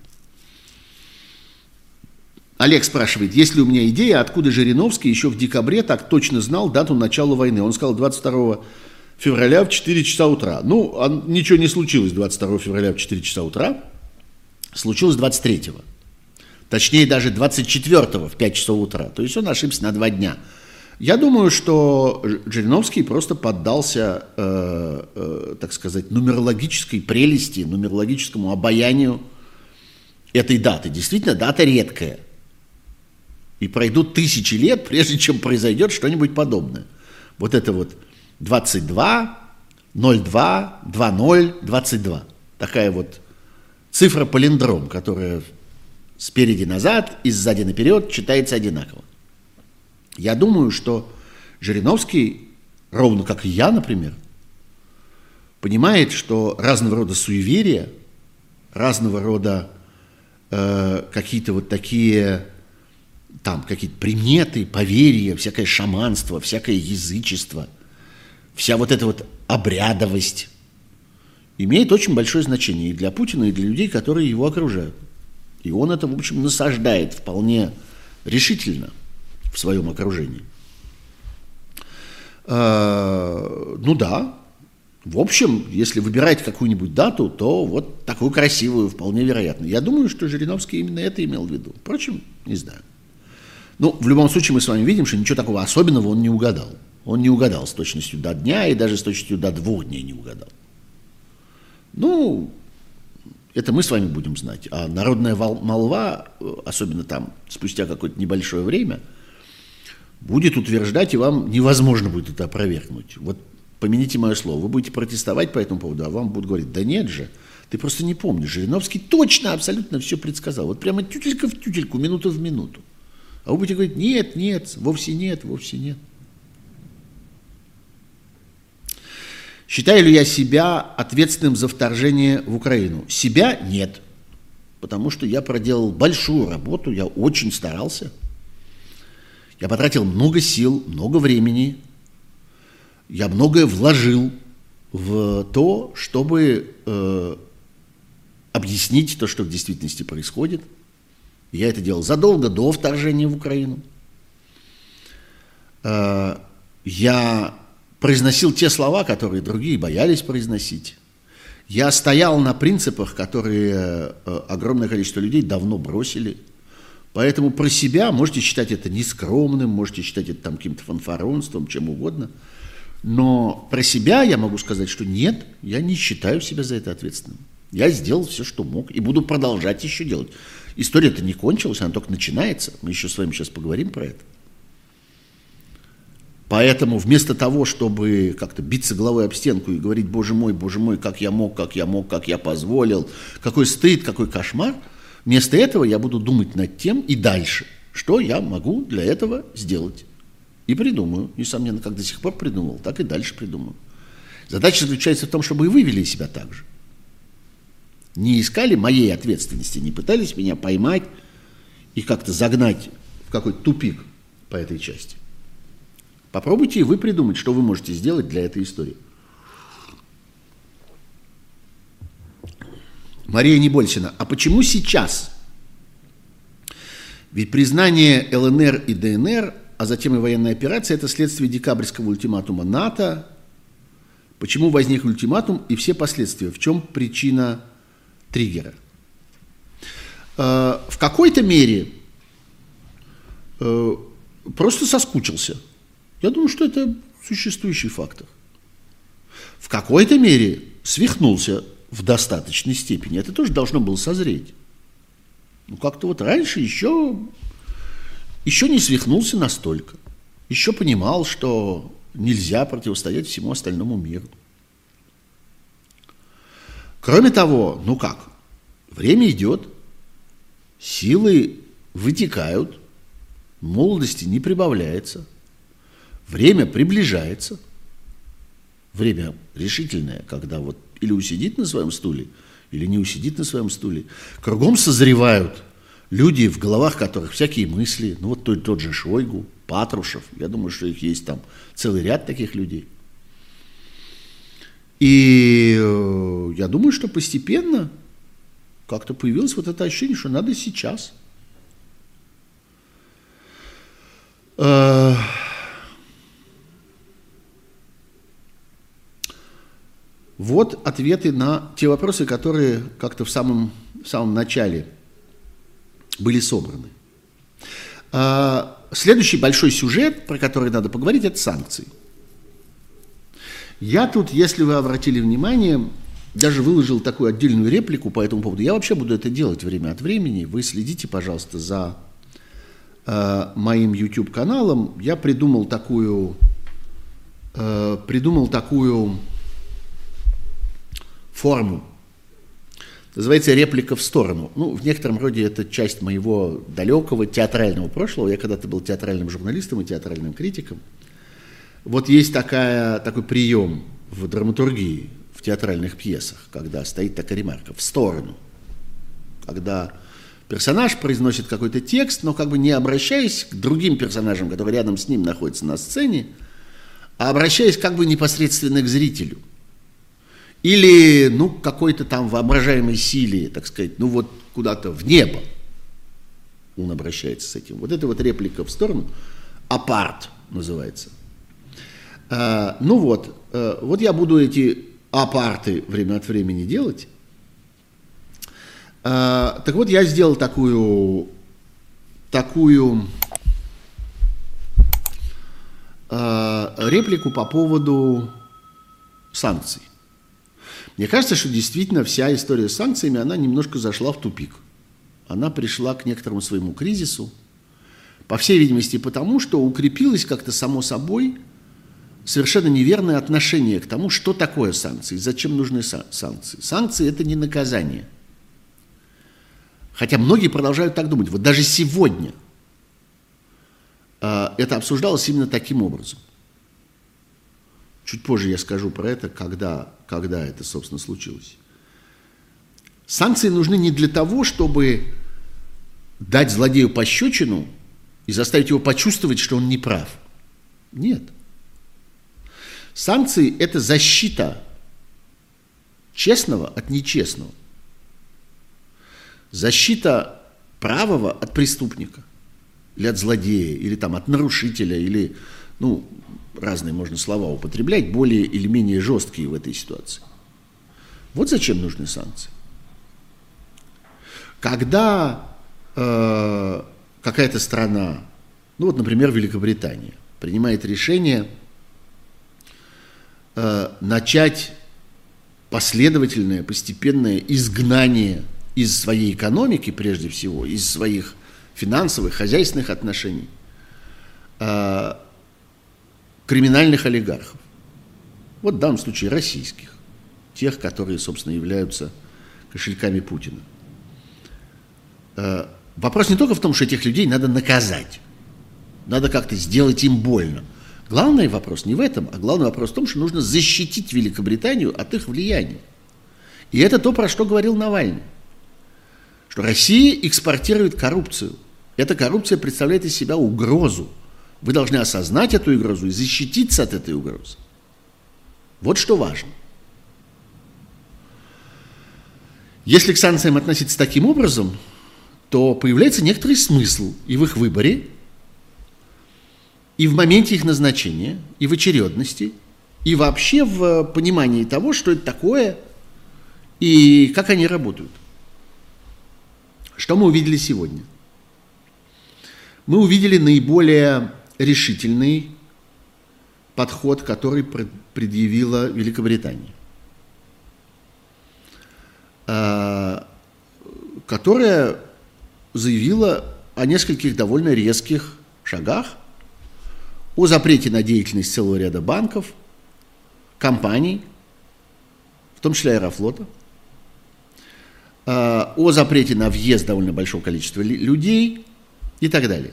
[SPEAKER 1] Олег спрашивает, есть ли у меня идея, откуда Жириновский еще в декабре так точно знал дату начала войны. Он сказал 22 февраля в 4 часа утра. Ну, ничего не случилось 22 февраля в 4 часа утра. Случилось 23-го. Точнее, даже 24-го в 5 часов утра. То есть он ошибся на 2 дня. Я думаю, что Жириновский просто поддался, так сказать, нумерологической прелести, нумерологическому обаянию этой даты. Действительно, дата редкая. И пройдут тысячи лет, прежде чем произойдет что-нибудь подобное. Вот это вот 22, 02, 20, 22. Такая вот цифра-палиндром, которая спереди назад и сзади наперед читается одинаково. Я думаю, что Жириновский, ровно как и я, например, понимает, что разного рода суеверия, разного рода какие-то вот такие, там, какие-то приметы, поверья, всякое шаманство, всякое язычество, вся вот эта вот обрядовость имеет очень большое значение и для Путина, и для людей, которые его окружают. И он это, в общем, насаждает вполне решительно в своем окружении. Ну да, в общем, если выбирать какую-нибудь дату, то вот такую красивую, вполне вероятно. Я думаю, что Жириновский именно это имел в виду. Впрочем, не знаю. Ну, в любом случае мы с вами видим, что ничего такого особенного он не угадал. Он не угадал с точностью до дня и даже с точностью до 2 дней не угадал. Ну, это мы с вами будем знать. А народная молва, особенно там спустя какое-то небольшое время, будет утверждать, и вам невозможно будет это опровергнуть. Вот помяните мое слово, вы будете протестовать по этому поводу, а вам будут говорить, да нет же, ты просто не помнишь. Жириновский точно, абсолютно все предсказал. Вот прямо тютелька в тютельку, минута в минуту. А вы будете говорить, нет, нет, вовсе нет, вовсе нет. Считаю ли я себя ответственным за вторжение в Украину? Себя нет, потому что я проделал большую работу, я очень старался. Я потратил много сил, много времени. Я многое вложил в то, чтобы объяснить то, что в действительности происходит. Я это делал задолго до вторжения в Украину. Я произносил те слова, которые другие боялись произносить. Я стоял на принципах, которые огромное количество людей давно бросили. Поэтому про себя можете считать это нескромным, можете считать это там каким-то фанфаронством, чем угодно. Но про себя я могу сказать, что нет, я не считаю себя за это ответственным. Я сделал все, что мог, и буду продолжать еще делать. История-то не кончилась, она только начинается. Мы еще с вами сейчас поговорим про это. Поэтому вместо того, чтобы как-то биться головой об стенку и говорить, боже мой, как я мог, как я позволил, какой стыд, какой кошмар, вместо этого я буду думать над тем и дальше, что я могу для этого сделать. И придумаю, несомненно, как до сих пор придумал, так и дальше придумаю. Задача заключается в том, чтобы и вы вели себя так же. Не искали моей ответственности, не пытались меня поймать и как-то загнать в какой-то тупик по этой части. Попробуйте и вы придумать, что вы можете сделать для этой истории. Мария Небольсина. А почему сейчас? Ведь признание ЛНР и ДНР, а затем и военная операция – это следствие декабрьского ультиматума НАТО. Почему возник ультиматум и все последствия? В чем причина триггера? В какой-то мере просто соскучился. Я думаю, что это существующий фактор. В какой-то мере свихнулся в достаточной степени. Это тоже должно было созреть. Ну, как-то вот раньше еще не свихнулся настолько. Еще понимал, что нельзя противостоять всему остальному миру. Кроме того, ну как, время идет, силы вытекают, молодости не прибавляется. Время приближается, время решительное, когда вот или усидит на своем стуле, или не усидит на своем стуле. Кругом созревают люди, в головах которых всякие мысли, ну вот тот же Шойгу, Патрушев, я думаю, что их есть там целый ряд таких людей. И я думаю, что постепенно как-то появилось вот это ощущение, что надо сейчас. Вот ответы на те вопросы, которые как-то в самом начале были собраны. Следующий большой сюжет, про который надо поговорить, это санкции. Я тут, если вы обратили внимание, даже выложил такую отдельную реплику по этому поводу. Я вообще буду это делать время от времени. Вы следите, пожалуйста, за моим YouTube-каналом. Я придумал такую форму. Называется «реплика в сторону». Ну, в некотором роде это часть моего далекого театрального прошлого. Я когда-то был театральным журналистом и театральным критиком. Вот есть такой прием в драматургии, в театральных пьесах, когда стоит такая ремарка «в сторону». Когда персонаж произносит какой-то текст, но как бы не обращаясь к другим персонажам, которые рядом с ним находятся на сцене, а обращаясь как бы непосредственно к зрителю. Или, к какой-то там воображаемой силе, так сказать, вот куда-то в небо он обращается с этим. Вот это вот реплика в сторону, апарт называется. Вот я буду эти апарты время от времени делать. Так вот, я сделал такую реплику по поводу санкций. Мне кажется, что действительно вся история с санкциями, она немножко зашла в тупик. Она пришла к некоторому своему кризису. По всей видимости, потому что укрепилось как-то само собой совершенно неверное отношение к тому, что такое санкции, зачем нужны санкции. Санкции – это не наказание. Хотя многие продолжают так думать. Вот даже сегодня это обсуждалось именно таким образом. Чуть позже я скажу про это, когда это, собственно, случилось. Санкции нужны не для того, чтобы дать злодею пощечину и заставить его почувствовать, что он не прав. Нет. Санкции – это защита честного от нечестного. Защита правого от преступника. Или от злодея, или там от нарушителя, или, разные можно слова употреблять, более или менее жесткие в этой ситуации. Вот зачем нужны санкции. Когда какая-то страна, например, Великобритания, принимает решение начать последовательное, постепенное изгнание из своей экономики, прежде всего, из своих финансовых, хозяйственных отношений, криминальных олигархов. Вот в данном случае российских, тех, которые, собственно, являются кошельками Путина. Вопрос не только в том, что этих людей надо наказать, надо как-то сделать им больно. Главный вопрос не в этом, а главный вопрос в том, что нужно защитить Великобританию от их влияния. И это то, про что говорил Навальный. Что Россия экспортирует коррупцию. Эта коррупция представляет из себя угрозу. Вы должны осознать эту угрозу и защититься от этой угрозы. Вот что важно. Если к санкциям относиться таким образом, то появляется некоторый смысл и в их выборе, и в моменте их назначения, и в очередности, и вообще в понимании того, что это такое и как они работают. Что мы увидели сегодня? Мы увидели наиболее решительный подход, который предъявила Великобритания, которая заявила о нескольких довольно резких шагах, о запрете на деятельность целого ряда банков, компаний, в том числе Аэрофлота, о запрете на въезд довольно большого количества людей и так далее.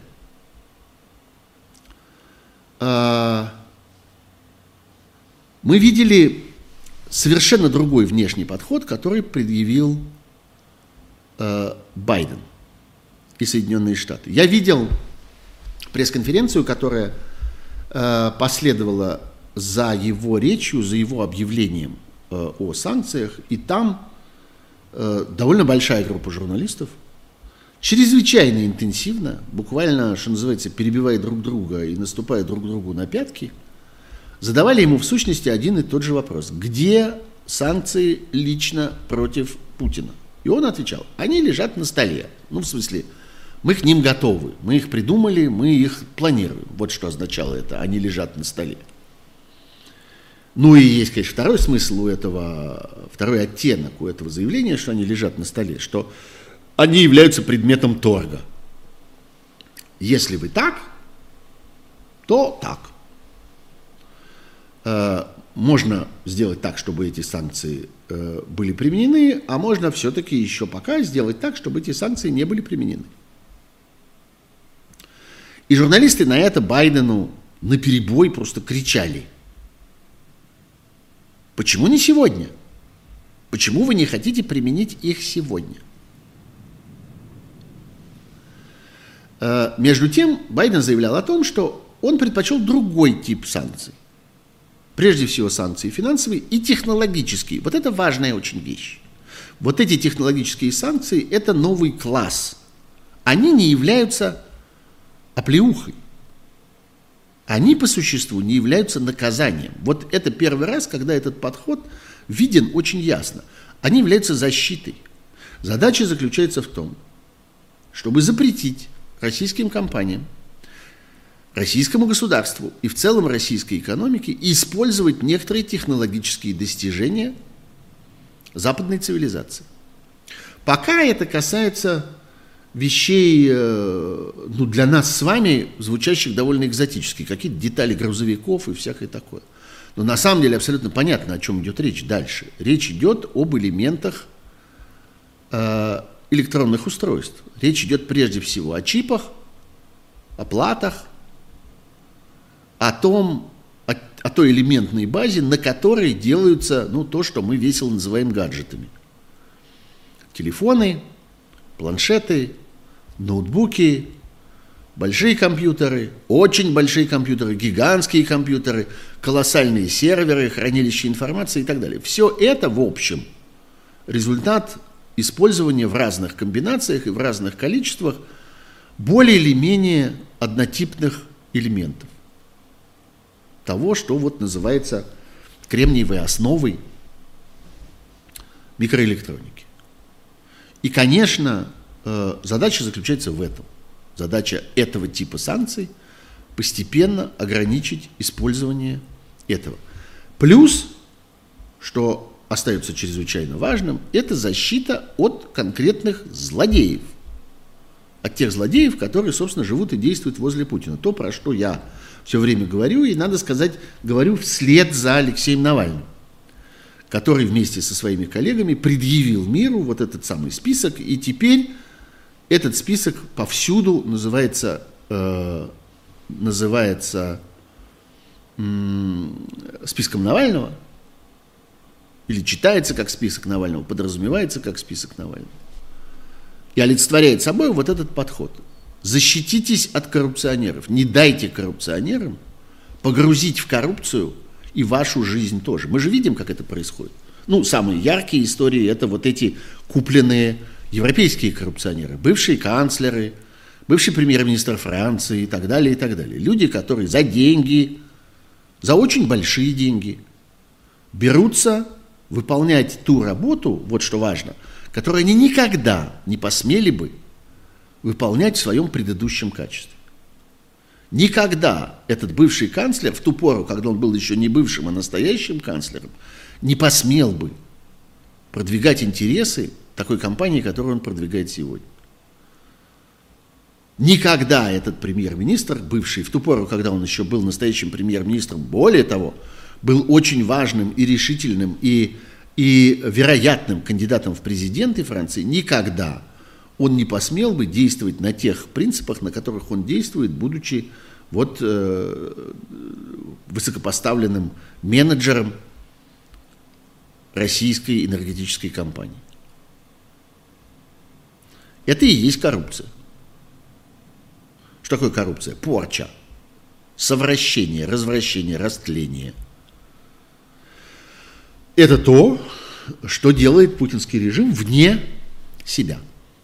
[SPEAKER 1] Мы видели совершенно другой внешний подход, который предъявил Байден. и Соединенные Штаты. Я видел пресс-конференцию, которая последовала за его речью, за его объявлением о санкциях, и там довольно большая группа журналистов чрезвычайно интенсивно, буквально, что называется, перебивая друг друга и наступая друг другу на пятки, задавали ему в сущности один и тот же вопрос. Где санкции лично против Путина? И он отвечал, они лежат на столе. Ну, в смысле, мы к ним готовы, мы их придумали, мы их планируем. Вот что означало это, они лежат на столе. Ну и есть, конечно, второй смысл у этого, второй оттенок у этого заявления, что они лежат на столе, что они являются предметом торга. Если вы так, то так. Можно сделать так, чтобы эти санкции были применены, а можно все-таки еще пока сделать так, чтобы эти санкции не были применены. И журналисты на это Байдену наперебой просто кричали. Почему не сегодня? Почему вы не хотите применить их сегодня? Между тем, Байден заявлял о том, что он предпочел другой тип санкций. Прежде всего санкции финансовые и технологические. Вот это важная очень вещь. Вот эти технологические санкции – это новый класс. Они не являются оплеухой. Они по существу не являются наказанием. Вот это первый раз, когда этот подход виден очень ясно. Они являются защитой. Задача заключается в том, чтобы запретить российским компаниям, российскому государству и в целом российской экономике использовать некоторые технологические достижения западной цивилизации. Пока это касается вещей, для нас с вами, звучащих довольно экзотически, какие-то детали грузовиков и всякое такое. Но на самом деле абсолютно понятно, о чем идет речь дальше. Речь идет об элементах электронных устройств. Речь идет прежде всего о чипах, о платах, о той элементной базе, на которой делаются то, что мы весело называем гаджетами. Телефоны, планшеты, ноутбуки, большие компьютеры, очень большие компьютеры, гигантские компьютеры, колоссальные серверы, хранилища информации и так далее. Все это, в общем, результат использования в разных комбинациях и в разных количествах более или менее однотипных элементов. Того, что называется кремниевой основой микроэлектроники. И, конечно, задача заключается в этом. Задача этого типа санкций – постепенно ограничить использование этого. Плюс, что остается чрезвычайно важным, это защита от конкретных злодеев. От тех злодеев, которые, собственно, живут и действуют возле Путина. То, про что я все время говорю, и, надо сказать, говорю вслед за Алексеем Навальным, который вместе со своими коллегами предъявил миру вот этот самый список, и теперь этот список повсюду называется списком Навального, или читается как список Навального, подразумевается как список Навального, и олицетворяет собой вот этот подход. Защититесь от коррупционеров, не дайте коррупционерам погрузить в коррупцию и вашу жизнь тоже. Мы же видим, как это происходит. Самые яркие истории – это вот эти купленные европейские коррупционеры, бывшие канцлеры, бывший премьер-министр Франции и так далее, и так далее. Люди, которые за деньги, за очень большие деньги берутся выполнять ту работу, вот что важно, которую они никогда не посмели бы выполнять в своем предыдущем качестве. Никогда этот бывший канцлер, в ту пору, когда он был еще не бывшим, а настоящим канцлером, не посмел бы продвигать интересы такой компании, которую он продвигает сегодня. Никогда этот премьер-министр, бывший, в ту пору, когда он еще был настоящим премьер-министром, более того, был очень важным и решительным и вероятным кандидатом в президенты Франции, никогда он не посмел бы действовать на тех принципах, на которых он действует, будучи высокопоставленным менеджером российской энергетической компании. Это и есть коррупция. Что такое коррупция? Порча, совращение, развращение, растление. Это то, что делает путинский режим вне себя,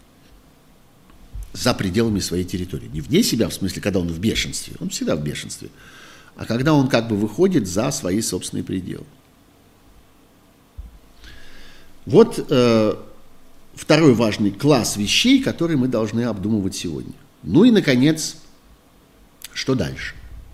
[SPEAKER 1] за пределами своей территории. Не вне себя, в смысле, когда он в бешенстве, он всегда в бешенстве, а когда он как бы выходит за свои собственные пределы. Вот второй важный класс вещей, которые мы должны обдумывать сегодня. Ну и, наконец, что дальше?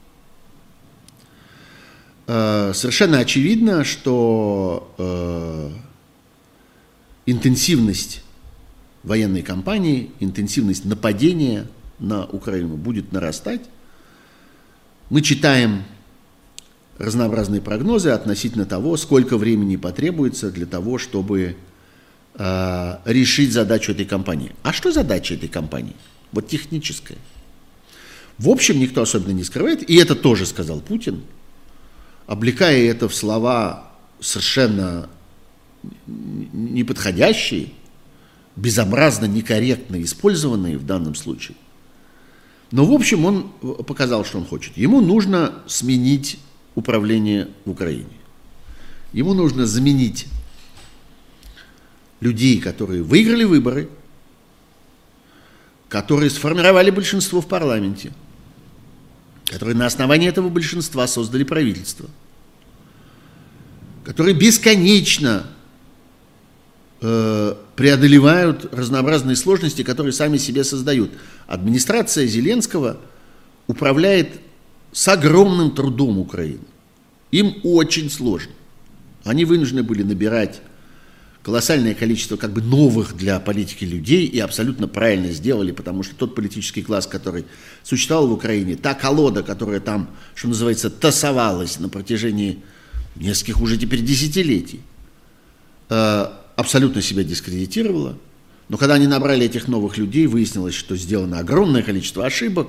[SPEAKER 1] Совершенно очевидно, что интенсивность военной кампании, интенсивность нападения на Украину будет нарастать. Мы читаем разнообразные прогнозы относительно того, сколько времени потребуется для того, чтобы решить задачу этой кампании. А что задача этой кампании? Вот техническая. В общем, никто особенно не скрывает, и это тоже сказал Путин, облекая это в слова совершенно неподходящие, безобразно некорректно использованные в данном случае. Но, в общем, он показал, что он хочет. Ему нужно сменить управление в Украине. Ему нужно заменить людей, которые выиграли выборы, которые сформировали большинство в парламенте, которые на основании этого большинства создали правительство, которые бесконечно преодолевают разнообразные сложности, которые сами себе создают. Администрация Зеленского управляет с огромным трудом Украину. Им очень сложно. Они вынуждены были набирать колоссальное количество как бы новых для политики людей, и абсолютно правильно сделали, потому что тот политический класс, который существовал в Украине, та колода, которая там, что называется, тасовалась на протяжении нескольких уже теперь десятилетий, абсолютно себя дискредитировала. Но когда они набрали этих новых людей, выяснилось, что сделано огромное количество ошибок,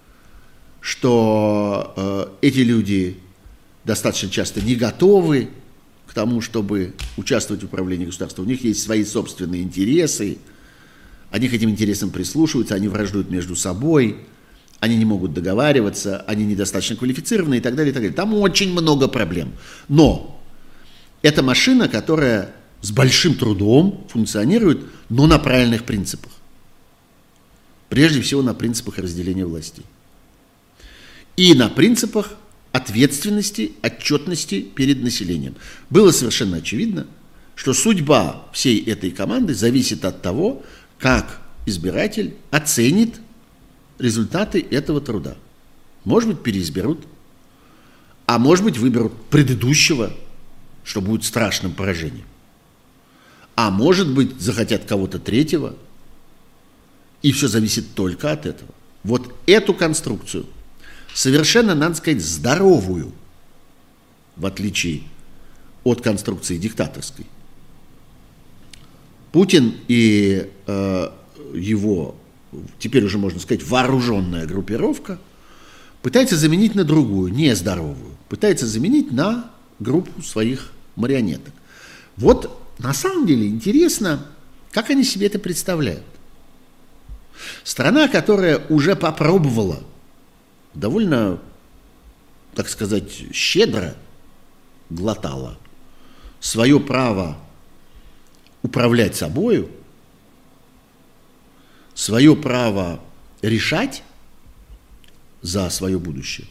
[SPEAKER 1] что эти люди достаточно часто не готовы к тому, чтобы участвовать в управлении государством. У них есть свои собственные интересы, они к этим интересам прислушиваются, они враждуют между собой, они не могут договариваться, они недостаточно квалифицированы и так далее, и так далее. Там очень много проблем. Но это машина, которая с большим трудом функционирует, но на правильных принципах. Прежде всего на принципах разделения властей. И на принципах ответственности, отчетности перед населением. Было совершенно очевидно, что судьба всей этой команды зависит от того, как избиратель оценит результаты этого труда. Может быть, переизберут, а может быть, выберут предыдущего, что будет страшным поражением. А может быть, захотят кого-то третьего, и все зависит только от этого. Вот эту конструкцию, совершенно, надо сказать, здоровую, в отличие от конструкции диктаторской, Путин и его, теперь уже можно сказать, вооруженная группировка пытается заменить на другую, нездоровую, пытается заменить на группу своих марионеток. Вот на самом деле интересно, как они себе это представляют. Страна, которая уже попробовала довольно, так сказать, щедро глотала свое право управлять собою, свое право решать за свое будущее.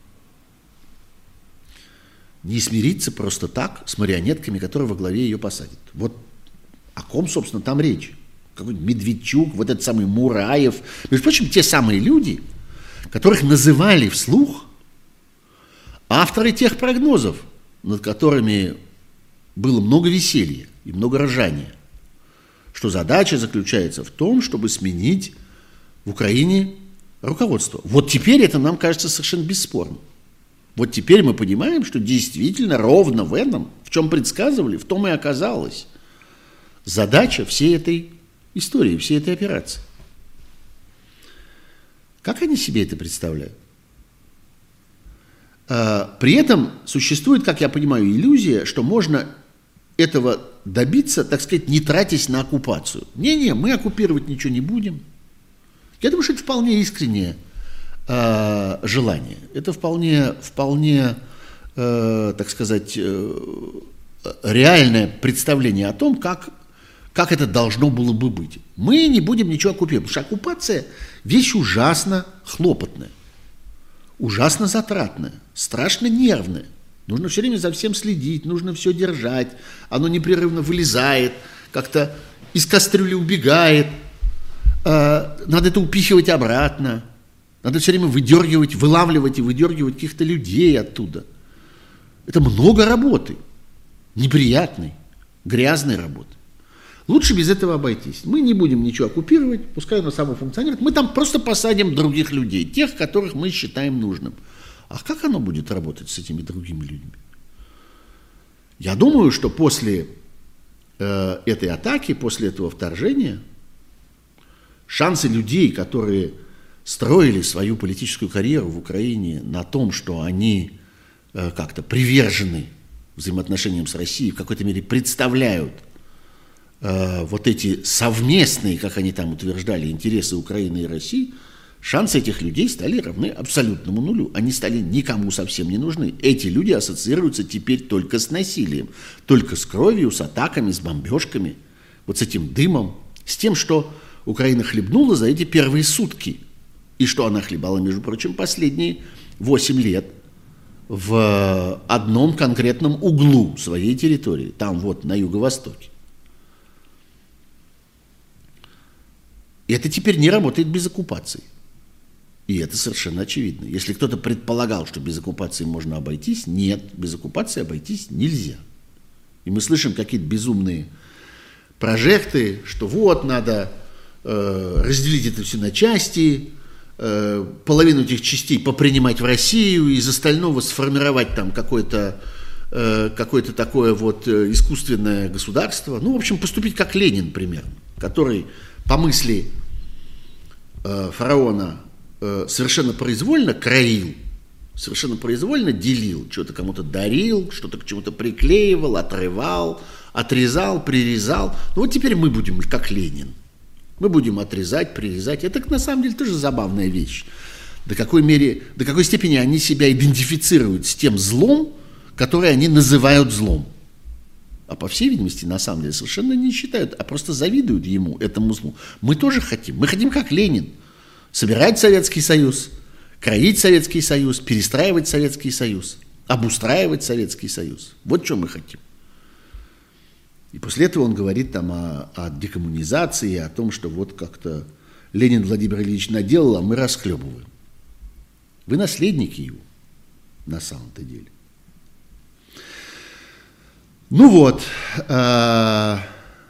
[SPEAKER 1] Не смириться просто так с марионетками, которые во главе ее посадят. Вот о ком, собственно, там речь. Какой-нибудь Медведчук, вот этот самый Мураев. Между прочим, те самые люди, которых называли вслух авторы тех прогнозов, над которыми было много веселья и много ржания, что задача заключается в том, чтобы сменить в Украине руководство. Вот теперь это нам кажется совершенно бесспорным. Вот теперь мы понимаем, что действительно ровно в этом, в чем предсказывали, в том и оказалась задача всей этой истории, всей этой операции. Как они себе это представляют? При этом существует, как я понимаю, иллюзия, что можно этого добиться, так сказать, не тратясь на оккупацию. Не-не, мы оккупировать ничего не будем. Я думаю, что это вполне искренняя желание. Это вполне, так сказать, реальное представление о том, как это должно было бы быть. Мы не будем ничего оккупировать, потому что оккупация – вещь ужасно хлопотная, ужасно затратная, страшно нервная. Нужно все время за всем следить, нужно все держать, оно непрерывно вылезает, как-то из кастрюли убегает, надо это упихивать обратно. Надо все время выдергивать, вылавливать и выдергивать каких-то людей оттуда. Это много работы, неприятной, грязной работы. Лучше без этого обойтись. Мы не будем ничего оккупировать, пускай оно само функционирует. Мы там просто посадим других людей, тех, которых мы считаем нужным. А как оно будет работать с этими другими людьми? Я думаю, что после этой атаки, после этого вторжения, шансы людей, которые строили свою политическую карьеру в Украине на том, что они как-то привержены взаимоотношениям с Россией, в какой-то мере представляют вот эти совместные, как они там утверждали, интересы Украины и России, шансы этих людей стали равны абсолютному нулю. Они стали никому совсем не нужны. Эти люди ассоциируются теперь только с насилием, только с кровью, с атаками, с бомбежками, вот с этим дымом, с тем, что Украина хлебнула за эти первые сутки. И что она хлебала, между прочим, последние 8 лет в одном конкретном углу своей территории, там вот на юго-востоке. И это теперь не работает без оккупации. И это совершенно очевидно. Если кто-то предполагал, что без оккупации можно обойтись, нет, без оккупации обойтись нельзя. И мы слышим какие-то безумные прожекты, что вот надо разделить это все на части, половину этих частей попринимать в Россию, из остального сформировать там какое-то такое вот искусственное государство. Ну, в общем, поступить как Ленин примерно, который по мысли фараона совершенно произвольно кроил, совершенно произвольно делил, что-то кому-то дарил, что-то к чему-то приклеивал, отрывал, отрезал, прирезал. Ну вот теперь мы будем как Ленин. Мы будем отрезать, прирезать. Это на самом деле тоже забавная вещь. До какой степени они себя идентифицируют с тем злом, которое они называют злом. А по всей видимости, на самом деле, совершенно не считают, а просто завидуют ему, этому злу. Мы тоже хотим. Мы хотим как Ленин. Собирать Советский Союз, кроить Советский Союз, перестраивать Советский Союз, обустраивать Советский Союз. Вот что мы хотим. И после этого он говорит там о декоммунизации, о том, что вот как-то Ленин Владимир Ильич наделал, а мы расхлебываем. Вы наследники его, на самом-то деле. Ну вот. А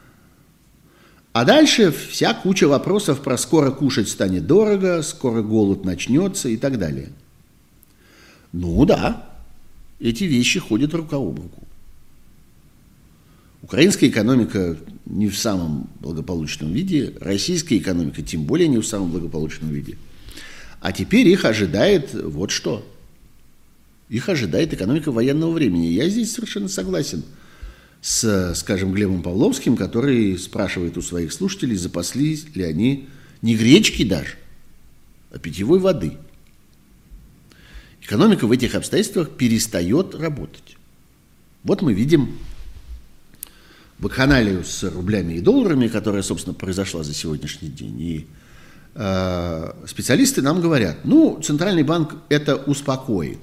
[SPEAKER 1] дальше вся куча вопросов про скоро кушать станет дорого, скоро голод начнется и так далее. Ну да, эти вещи ходят рука об руку. Украинская экономика не в самом благополучном виде, российская экономика тем более не в самом благополучном виде. А теперь их ожидает вот что. Их ожидает экономика военного времени. Я здесь совершенно согласен с, скажем, Глебом Павловским, который спрашивает у своих слушателей, запаслись ли они не гречки даже, а питьевой воды. Экономика в этих обстоятельствах перестает работать. Вот мы видим вакханалию с рублями и долларами, которая, собственно, произошла за сегодняшний день. И специалисты нам говорят, ну, Центральный банк это успокоит.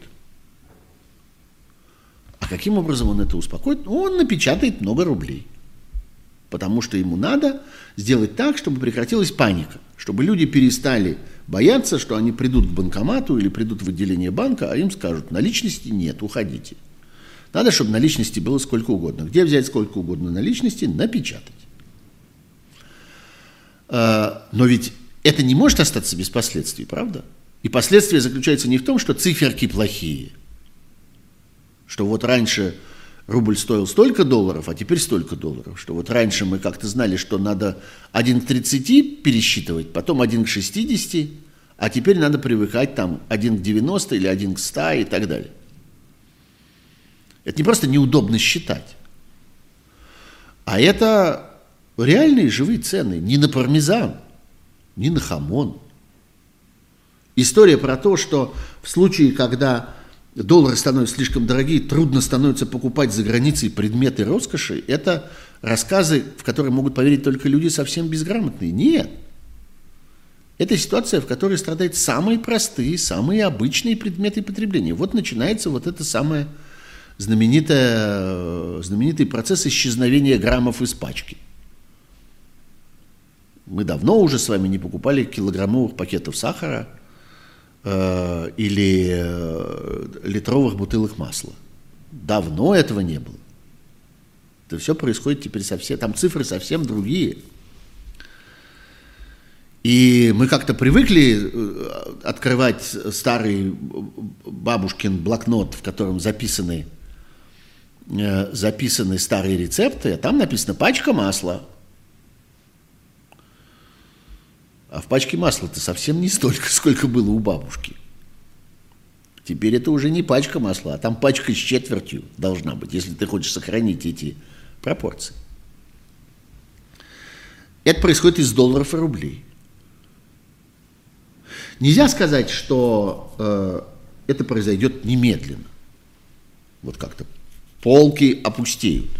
[SPEAKER 1] А каким образом он это успокоит? Он напечатает много рублей. Потому что ему надо сделать так, чтобы прекратилась паника. Чтобы люди перестали бояться, что они придут к банкомату или придут в отделение банка, а им скажут, наличности нет, уходите. Надо, чтобы наличности было сколько угодно. Где взять сколько угодно наличности? Напечатать. Но ведь это не может остаться без последствий, правда? И последствия заключаются не в том, что циферки плохие, что вот раньше рубль стоил столько долларов, а теперь столько долларов, что вот раньше мы как-то знали, что надо 1 к 30 пересчитывать, потом 1 к 60, а теперь надо привыкать там 1 к 90 или 1 к 100 и так далее. Это не просто неудобно считать, а это реальные живые цены, не на пармезан, не на хамон. История про то, что в случае, когда доллары становятся слишком дорогие, трудно становится покупать за границей предметы роскоши, это рассказы, в которые могут поверить только люди совсем безграмотные. Нет. Это ситуация, в которой страдают самые простые, самые обычные предметы потребления. Вот начинается вот это самое знаменитый процесс исчезновения граммов из пачки. Мы давно уже с вами не покупали килограммовых пакетов сахара или литровых бутылок масла. Давно этого не было. Это все происходит теперь совсем, там цифры совсем другие. И мы как-то привыкли открывать старый бабушкин блокнот, в котором записаны старые рецепты, а там написано «пачка масла». А в пачке масла-то совсем не столько, сколько было у бабушки. Теперь это уже не пачка масла, а там пачка с четвертью должна быть, если ты хочешь сохранить эти пропорции. Это происходит из долларов и рублей. Нельзя сказать, что это произойдет немедленно. Вот как-то полки опустеют.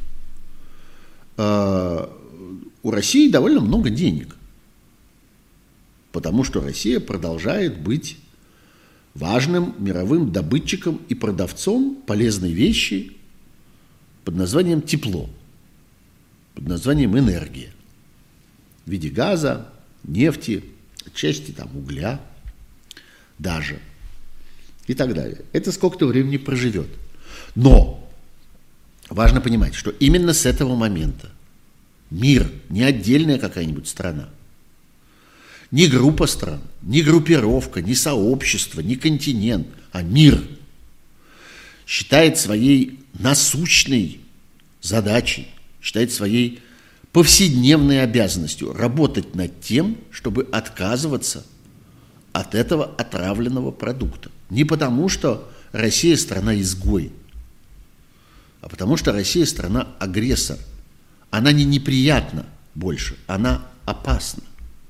[SPEAKER 1] У России довольно много денег, потому что Россия продолжает быть важным мировым добытчиком и продавцом полезной вещи под названием тепло, под названием энергия в виде газа, нефти, отчасти там угля даже и так далее. Это сколько-то времени проживет. Но важно понимать, что именно с этого момента мир, не отдельная какая-нибудь страна, не группа стран, не группировка, не сообщество, не континент, а мир считает своей насущной задачей, считает своей повседневной обязанностью работать над тем, чтобы отказываться от этого отравленного продукта. Не потому, что Россия страна-изгой, а потому, что Россия страна-агрессор. Она не неприятна больше, она опасна.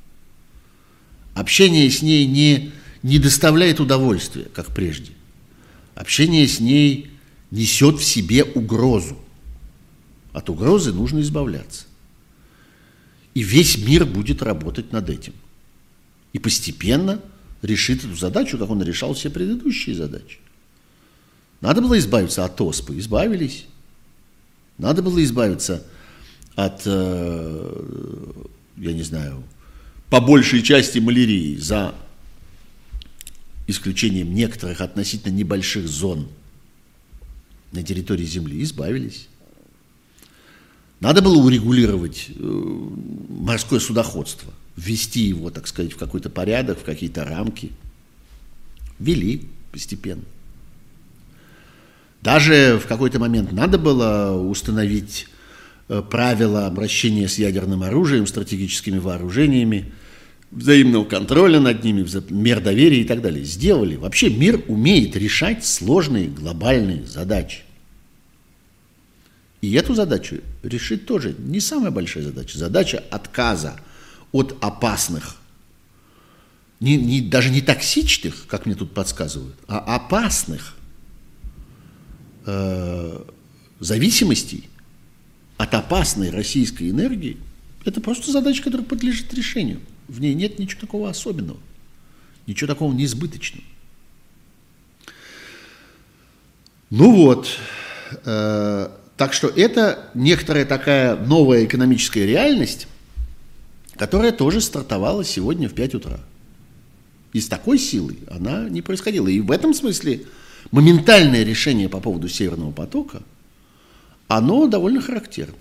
[SPEAKER 1] Общение с ней не доставляет удовольствия, как прежде. Общение с ней несет в себе угрозу. От угрозы нужно избавляться. И весь мир будет работать над этим. И постепенно решит эту задачу, как он решал все предыдущие задачи. Надо было избавиться от оспы, избавились. Надо было избавиться от, по большей части малярии, за исключением некоторых относительно небольших зон на территории Земли, избавились. Надо было урегулировать морское судоходство, ввести его, так сказать, в какой-то порядок, в какие-то рамки. Ввели постепенно. Даже в какой-то момент надо было установить правила обращения с ядерным оружием, стратегическими вооружениями, взаимного контроля над ними, мер доверия и так далее. Сделали. Вообще мир умеет решать сложные глобальные задачи. И эту задачу решить тоже не самая большая задача. Задача отказа от опасных, даже не токсичных, как мне тут подсказывают, а опасных зависимостей от опасной российской энергии, это просто задача, которая подлежит решению. В ней нет ничего такого особенного, ничего такого неизбыточного. Ну вот, так что это некоторая такая новая экономическая реальность, которая тоже стартовала сегодня в 5 утра. И с такой силой она не происходила. И в этом смысле моментальное решение по поводу Северного потока, оно довольно характерно.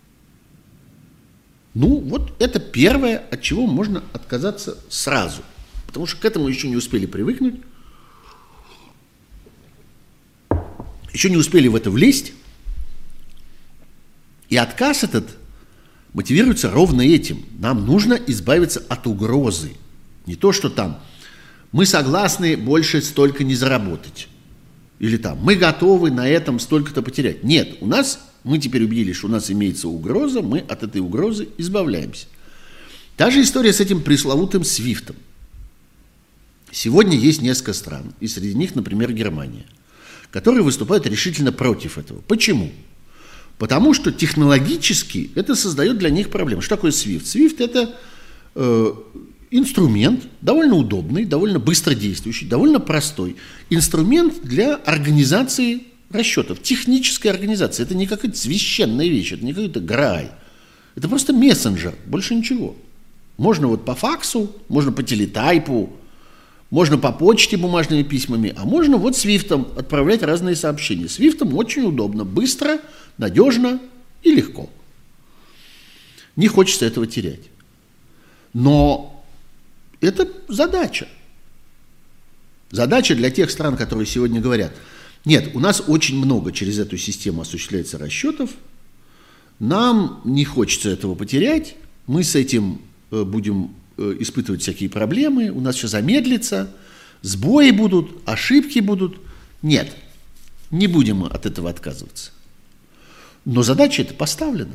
[SPEAKER 1] Ну, вот это первое, от чего можно отказаться сразу. Потому что к этому еще не успели привыкнуть, еще не успели в это влезть. И отказ этот мотивируется ровно этим. Нам нужно избавиться от угрозы. Не то, что там мы согласны больше столько не заработать. Или там мы готовы на этом столько-то потерять. Нет, мы теперь убедились, что у нас имеется угроза, мы от этой угрозы избавляемся. Та же история с этим пресловутым свифтом. Сегодня есть несколько стран, и среди них, например, Германия, которые выступают решительно против этого. Почему? Потому что технологически это создает для них проблемы. Что такое SWIFT? SWIFT – это инструмент, довольно удобный, довольно быстродействующий, довольно простой. Инструмент для организации расчетов, технической организации. Это не какая-то священная вещь, это не какой-то грай. Это просто мессенджер, больше ничего. Можно вот по факсу, можно по телетайпу, можно по почте бумажными письмами, а можно вот свифтом отправлять разные сообщения. Свифтом очень удобно, быстро, надежно и легко. Не хочется этого терять. Но это задача. Задача для тех стран, которые сегодня говорят: нет, у нас очень много через эту систему осуществляется расчетов, нам не хочется этого потерять, мы с этим будем испытывать всякие проблемы, у нас все замедлится, сбои будут, ошибки будут. Нет, не будем от этого отказываться. Но задача эта поставлена.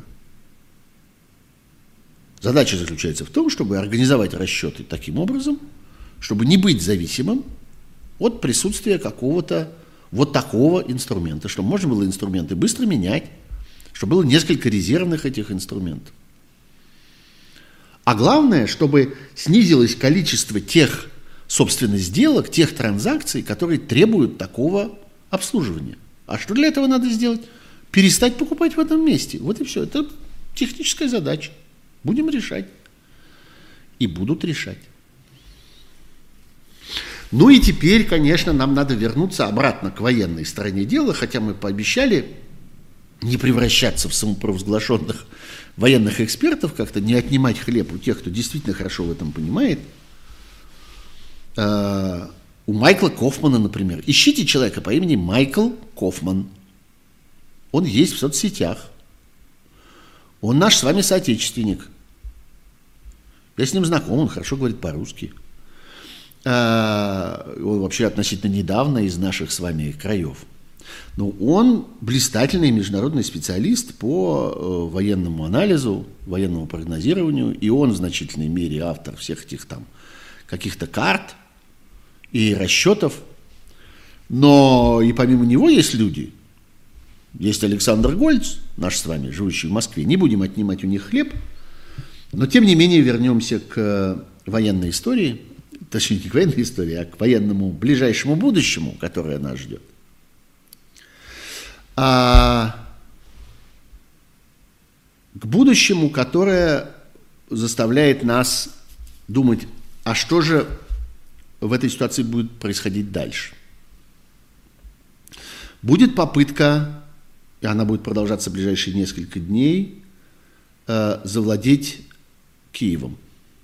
[SPEAKER 1] Задача заключается в том, чтобы организовать расчеты таким образом, чтобы не быть зависимым от присутствия какого-то вот такого инструмента, чтобы можно было инструменты быстро менять, чтобы было несколько резервных этих инструментов. А главное, чтобы снизилось количество тех, собственно, сделок, тех транзакций, которые требуют такого обслуживания. А что для этого надо сделать? Перестать покупать в этом месте. Вот и все. Это техническая задача. Будем решать. И будут решать. Ну и теперь, конечно, нам надо вернуться обратно к военной стороне дела, хотя мы пообещали не превращаться в самопровозглашенных военных экспертов, как-то не отнимать хлеб у тех, кто действительно хорошо в этом понимает. У Майкла Кофмана, например. Ищите человека по имени Майкл Кофман. Он есть в соцсетях. Он наш с вами соотечественник. Я с ним знаком, он хорошо говорит по-русски. Он вообще относительно недавно из наших с вами краев. Но он блистательный международный специалист по военному анализу, военному прогнозированию, и он в значительной мере автор всех этих там каких-то карт и расчетов. Но и помимо него есть люди. Есть Александр Гольц, наш с вами, живущий в Москве. Не будем отнимать у них хлеб, но тем не менее вернемся к военной истории, точнее не к военной истории, а к военному ближайшему будущему, которое нас ждет. К будущему, которое заставляет нас думать, а что же в этой ситуации будет происходить дальше. Будет попытка, и она будет продолжаться в ближайшие несколько дней, завладеть Киевом.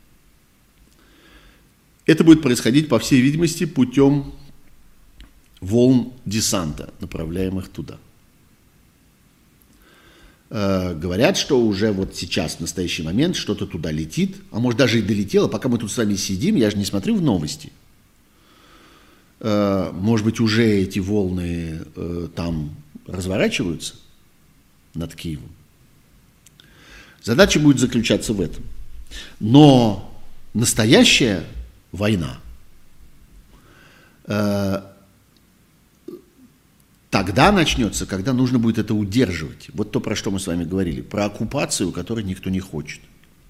[SPEAKER 1] Это будет происходить, по всей видимости, путем волн десанта, направляемых туда. Говорят, что уже вот сейчас, в настоящий момент, что-то туда летит, а может даже и долетело, пока мы тут с вами сидим, я же не смотрю в новости. Может быть, уже эти волны там разворачиваются над Киевом. Задача будет заключаться в этом. Но настоящая война тогда начнется, когда нужно будет это удерживать. Вот то, про что мы с вами говорили, про оккупацию, которой никто не хочет.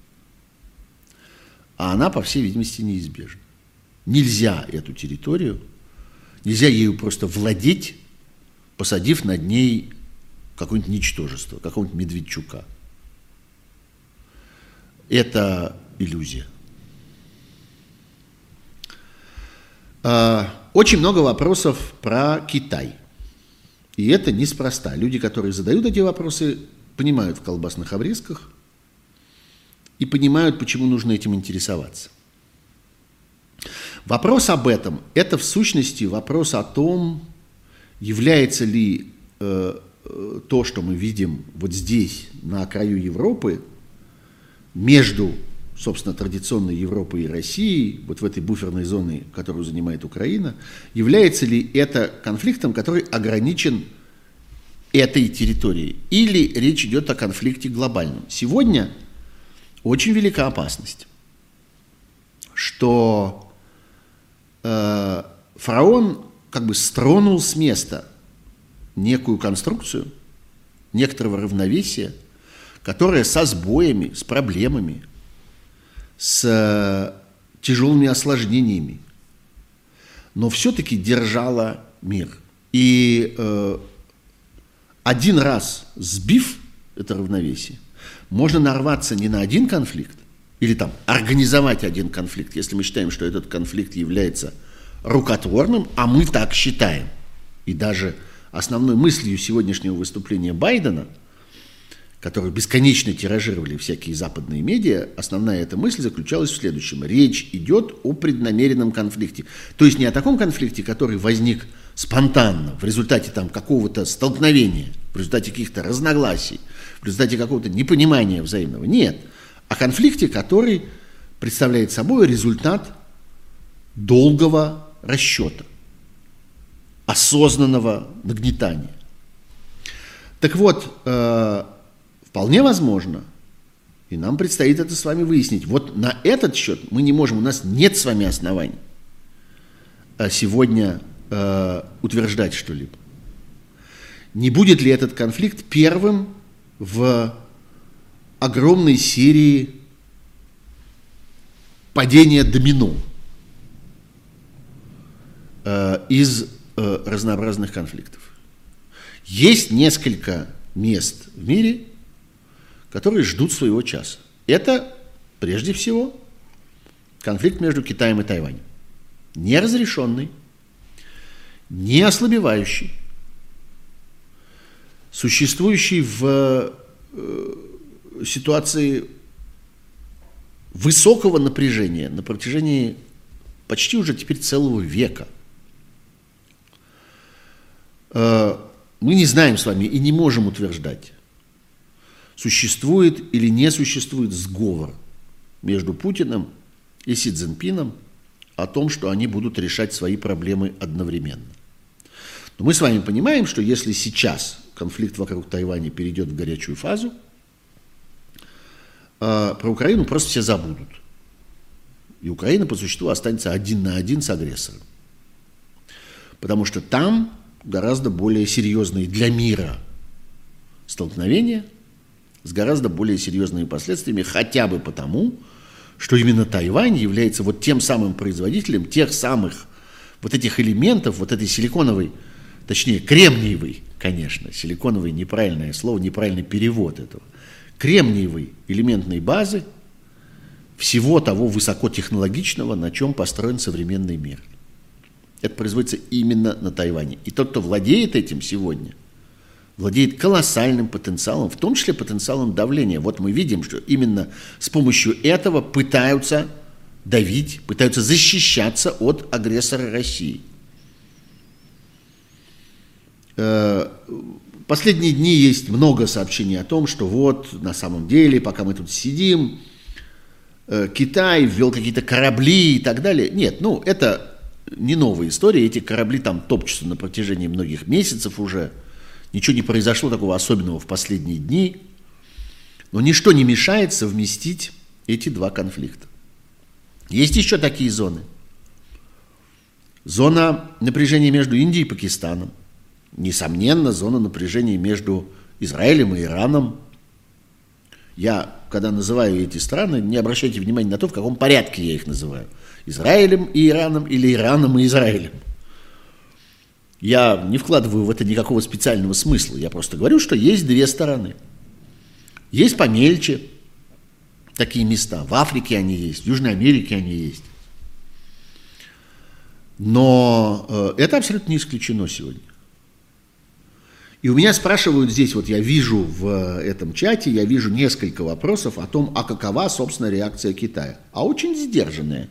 [SPEAKER 1] А она, по всей видимости, неизбежна. Нельзя эту территорию, нельзя ею просто владеть, посадив над ней какое-нибудь ничтожество, какого-нибудь Медведчука. Это иллюзия. Очень много вопросов про Китай. И это неспроста. Люди, которые задают эти вопросы, понимают в колбасных обрезках и понимают, почему нужно этим интересоваться. Вопрос об этом – это в сущности вопрос о том, является ли то, что мы видим вот здесь, на краю Европы, между, собственно, традиционной Европой и Россией, вот в этой буферной зоне, которую занимает Украина, является ли это конфликтом, который ограничен этой территорией, или речь идет о конфликте глобальном. Сегодня очень велика опасность, что фараон как бы стронул с места некую конструкцию, некоторого равновесия, которая со сбоями, с проблемами, с тяжелыми осложнениями, но все-таки держала мир. И один раз сбив это равновесие, можно нарваться не на один конфликт, или там организовать один конфликт, если мы считаем, что этот конфликт является рукотворным, а мы так считаем. И даже основной мыслью сегодняшнего выступления Байдена, который бесконечно тиражировали всякие западные медиа, основная эта мысль заключалась в следующем. Речь идет о преднамеренном конфликте. То есть не о таком конфликте, который возник спонтанно, в результате там какого-то столкновения, в результате каких-то разногласий, в результате какого-то непонимания взаимного. Нет. О конфликте, который представляет собой результат долгого расчета, осознанного нагнетания. Так вот, вполне возможно, и нам предстоит это с вами выяснить. Вот на этот счет мы не можем, у нас нет с вами оснований сегодня утверждать что-либо. Не будет ли этот конфликт первым в огромной серии падения домино из разнообразных конфликтов? Есть несколько мест в мире, которые ждут своего часа. Это, прежде всего, конфликт между Китаем и Тайванем. Неразрешенный, не ослабевающий, существующий в ситуации высокого напряжения на протяжении почти уже теперь целого века. Мы не знаем с вами и не можем утверждать, существует или не существует сговор между Путиным и Си Цзиньпином о том, что они будут решать свои проблемы одновременно. Но мы с вами понимаем, что если сейчас конфликт вокруг Тайваня перейдет в горячую фазу, про Украину просто все забудут. И Украина по существу останется один на один с агрессором. Потому что там гораздо более серьезные для мира столкновения с гораздо более серьезными последствиями, хотя бы потому, что именно Тайвань является вот тем самым производителем тех самых вот этих элементов, вот этой силиконовой, точнее кремниевой, конечно, силиконовый неправильное слово, неправильный перевод этого, кремниевой элементной базы всего того высокотехнологичного, на чем построен современный мир. Это производится именно на Тайване. И тот, кто владеет этим сегодня, владеет колоссальным потенциалом, в том числе потенциалом давления. Вот мы видим, что именно с помощью этого пытаются давить, пытаются защищаться от агрессора России. Последние дни есть много сообщений о том, что вот на самом деле, пока мы тут сидим, Китай ввел какие-то корабли и так далее. Нет, это не новая история, эти корабли там топчутся на протяжении многих месяцев уже. Ничего не произошло такого особенного в последние дни. Но ничто не мешает совместить эти два конфликта. Есть еще такие зоны. Зона напряжения между Индией и Пакистаном. Несомненно, зона напряжения между Израилем и Ираном. Я, когда называю эти страны, не обращайте внимания на то, в каком порядке я их называю. Израилем и Ираном или Ираном и Израилем. Я не вкладываю в это никакого специального смысла. Я просто говорю, что есть две стороны. Есть помельче такие места. В Африке они есть, в Южной Америке они есть. Но это абсолютно не исключено сегодня. И у меня спрашивают здесь, вот я вижу в этом чате, я вижу несколько вопросов о том, а какова, собственно, реакция Китая. А очень сдержанная.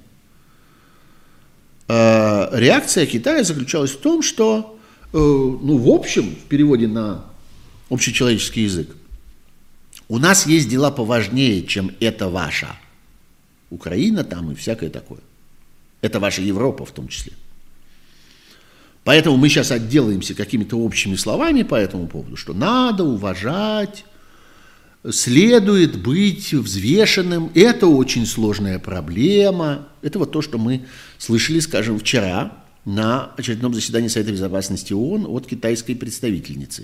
[SPEAKER 1] Реакция Китая заключалась в том, что, в общем, в переводе на общечеловеческий язык, у нас есть дела поважнее, чем это ваша Украина там и всякое такое. Это ваша Европа в том числе. Поэтому мы сейчас отделаемся какими-то общими словами по этому поводу, что надо уважать, следует быть взвешенным, это очень сложная проблема. Это вот то, что мы слышали, скажем, вчера на очередном заседании Совета Безопасности ООН от китайской представительницы.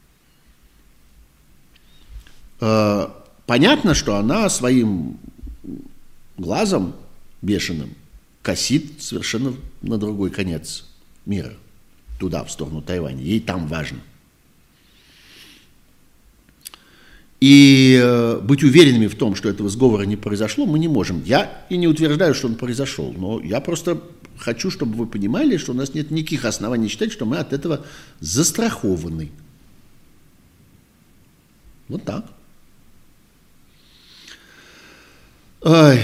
[SPEAKER 1] Понятно, что она своим глазом бешеным косит совершенно на другой конец мира, туда, в сторону Тайваня. Ей там важно. И быть уверенными в том, что этого сговора не произошло, мы не можем. Я и не утверждаю, что он произошел, но я просто хочу, чтобы вы понимали, что у нас нет никаких оснований считать, что мы от этого застрахованы. Вот так. Ой.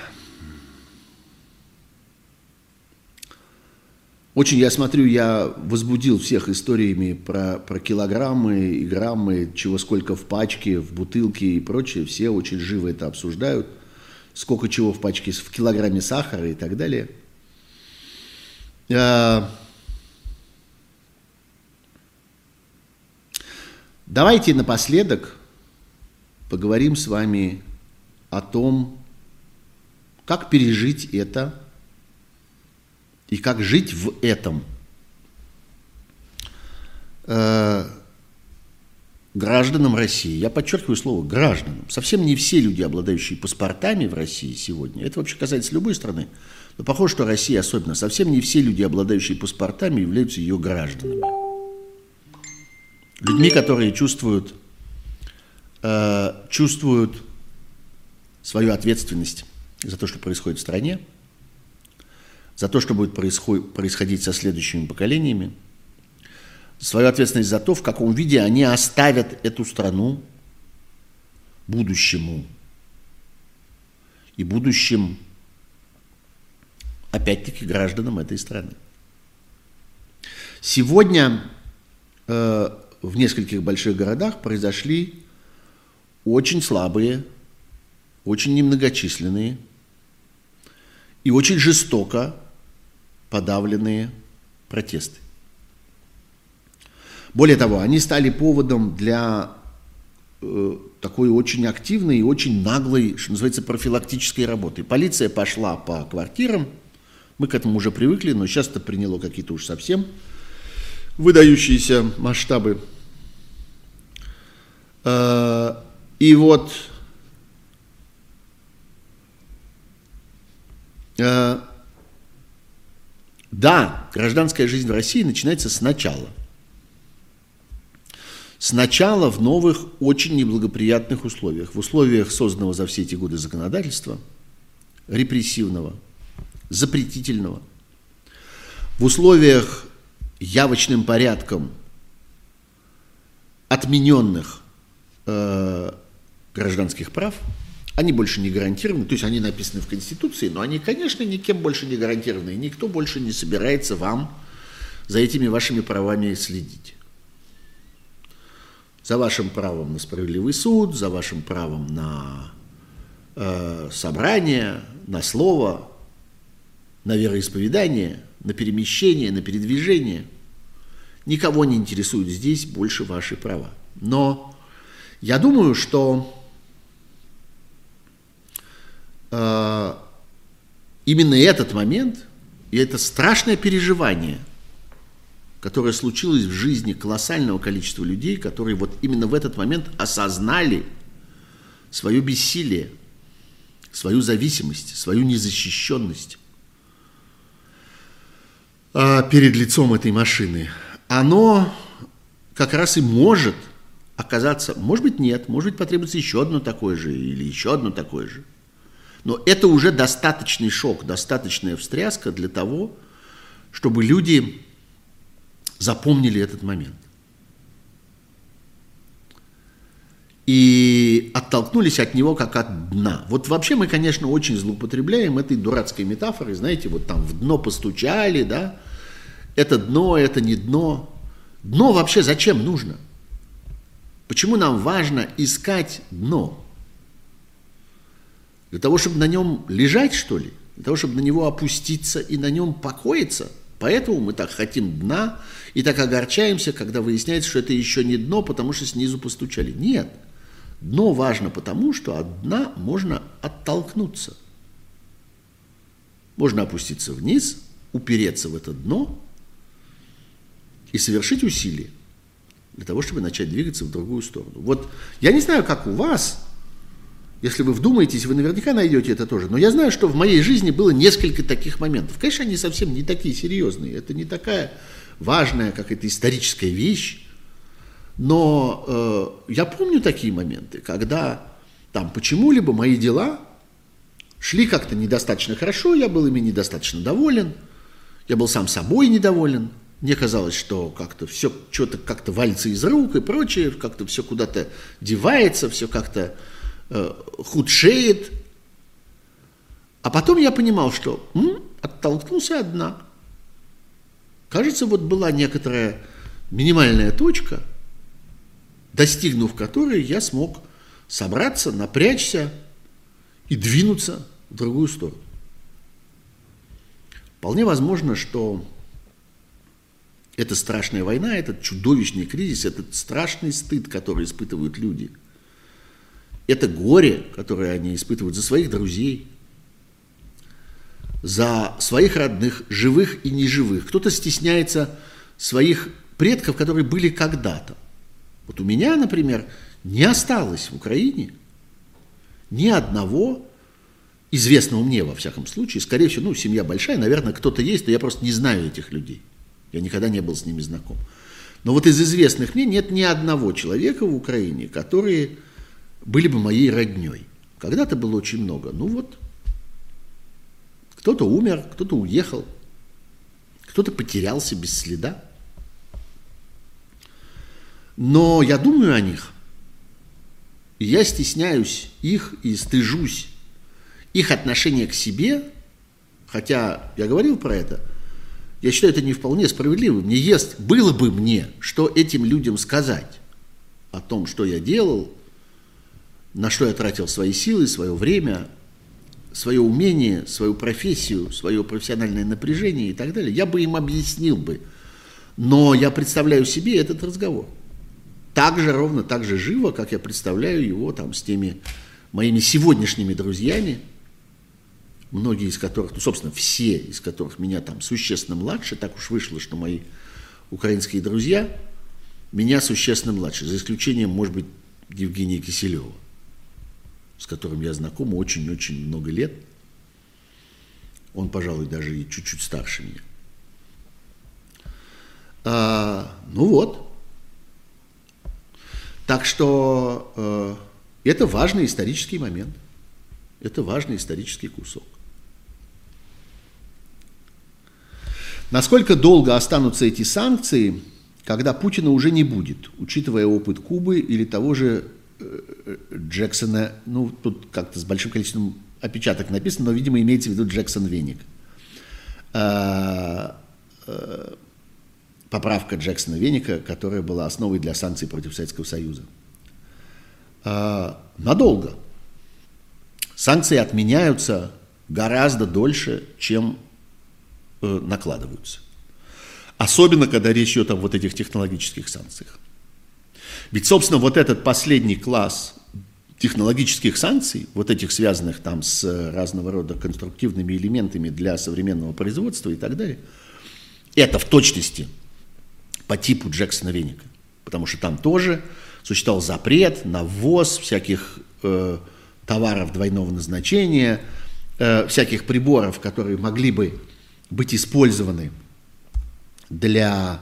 [SPEAKER 1] Очень, я смотрю, я возбудил всех историями про килограммы и граммы, чего сколько в пачке, в бутылке и прочее. Все очень живо это обсуждают. Сколько чего в пачке, в килограмме сахара и так далее. Давайте напоследок поговорим с вами о том, как пережить это и как жить в этом. Гражданам России, я подчеркиваю слово гражданам, совсем не все люди, обладающие паспортами в России сегодня, это вообще касается любой страны, но похоже, что Россия особенно, совсем не все люди, обладающие паспортами, являются ее гражданами. Людьми, которые чувствуют свою ответственность за то, что происходит в стране, за то, что будет происходить со следующими поколениями, свою ответственность за то, в каком виде они оставят эту страну будущему. И будущим, опять-таки, гражданам этой страны. Сегодня в нескольких больших городах произошли очень слабые, очень немногочисленные и очень жестоко подавленные протесты. Более того, они стали поводом для такой очень активной и очень наглой, что называется, профилактической работы. Полиция пошла по квартирам, мы к этому уже привыкли, но сейчас это приняло какие-то уж совсем выдающиеся масштабы. И вот да, гражданская жизнь в России начинается сначала. Сначала в новых, очень неблагоприятных условиях. В условиях созданного за все эти годы законодательства, репрессивного, запретительного. В условиях явочным порядком отмененных гражданских прав, они больше не гарантированы, то есть они написаны в Конституции, но они, конечно, никем больше не гарантированы, и никто больше не собирается вам за этими вашими правами следить. За вашим правом на справедливый суд, за вашим правом на собрание, на слово, на вероисповедание, на перемещение, на передвижение. Никого не интересуют здесь больше ваши права. Но я думаю, что именно этот момент и это страшное переживание, которое случилось в жизни колоссального количества людей, которые вот именно в этот момент осознали свое бессилие, свою зависимость, свою незащищенность перед лицом этой машины, оно как раз и может оказаться, может быть, нет, может быть, потребуется еще одно такое же или еще одно такое же. Но это уже достаточный шок, достаточная встряска для того, чтобы люди запомнили этот момент. И оттолкнулись от него как от дна. Вот вообще мы, конечно, очень злоупотребляем этой дурацкой метафорой, знаете, вот там в дно постучали, да, это дно, это не дно. Дно вообще зачем нужно? Почему нам важно искать дно? Для того, чтобы на нем лежать, что ли? Для того, чтобы на него опуститься и на нем покоиться? Поэтому мы так хотим дна и так огорчаемся, когда выясняется, что это еще не дно, потому что снизу постучали. Нет. Дно важно потому, что от дна можно оттолкнуться. Можно опуститься вниз, упереться в это дно и совершить усилие для того, чтобы начать двигаться в другую сторону. Вот я не знаю, как у вас, если вы вдумаетесь, вы наверняка найдете это тоже, но я знаю, что в моей жизни было несколько таких моментов. Конечно, они совсем не такие серьезные, это не такая важная какая-то историческая вещь, но я помню такие моменты, когда там почему-либо мои дела шли как-то недостаточно хорошо, я был ими недостаточно доволен, я был сам собой недоволен, мне казалось, что как-то все что-то как-то валится из рук и прочее, как-то все куда-то девается, все как-то худшеет. А потом я понимал, что оттолкнулся от дна. Кажется, вот была некоторая минимальная точка, достигнув которой я смог собраться, напрячься и двинуться в другую сторону. Вполне возможно, что эта страшная война, этот чудовищный кризис, этот страшный стыд, который испытывают люди, это горе, которое они испытывают за своих друзей, за своих родных, живых и неживых. Кто-то стесняется своих предков, которые были когда-то. Вот у меня, например, не осталось в Украине ни одного известного мне, во всяком случае, скорее всего, семья большая, наверное, кто-то есть, но я просто не знаю этих людей. Я никогда не был с ними знаком. Но вот из известных мне нет ни одного человека в Украине, которые были бы моей родней. Когда-то было очень много. Кто-то умер, кто-то уехал, кто-то потерялся без следа. Но я думаю о них, и я стесняюсь их и стыжусь их отношения к себе, хотя я говорил про это, я считаю это не вполне справедливым. Было бы мне, что этим людям сказать о том, что я делал, на что я тратил свои силы, свое время, свое умение, свою профессию, свое профессиональное напряжение и так далее, я бы им объяснил бы. Но я представляю себе этот разговор. Ровно так же живо, как я представляю его там с теми моими сегодняшними друзьями, многие из которых, собственно, все из которых меня там существенно младше, так уж вышло, что мои украинские друзья меня существенно младше, за исключением, может быть, Евгения Киселева, с которым я знаком очень-очень много лет. Он, пожалуй, даже и чуть-чуть старше меня. Так что это важный исторический момент. Это важный исторический кусок. Насколько долго останутся эти санкции, когда Путина уже не будет, учитывая опыт Кубы или того же Джексона, тут как-то с большим количеством опечаток написано, но, видимо, имеется в виду Джексон Веник. Поправка Джексона Веника, которая была основой для санкций против Советского Союза. Надолго. Санкции отменяются гораздо дольше, чем накладываются. Особенно, когда речь идет о вот этих технологических санкциях. Ведь, собственно, вот этот последний класс технологических санкций, вот этих связанных там с разного рода конструктивными элементами для современного производства и так далее, это в точности по типу Джексона Веника. Потому что там тоже существовал запрет на ввоз всяких товаров двойного назначения, всяких приборов, которые могли бы быть использованы для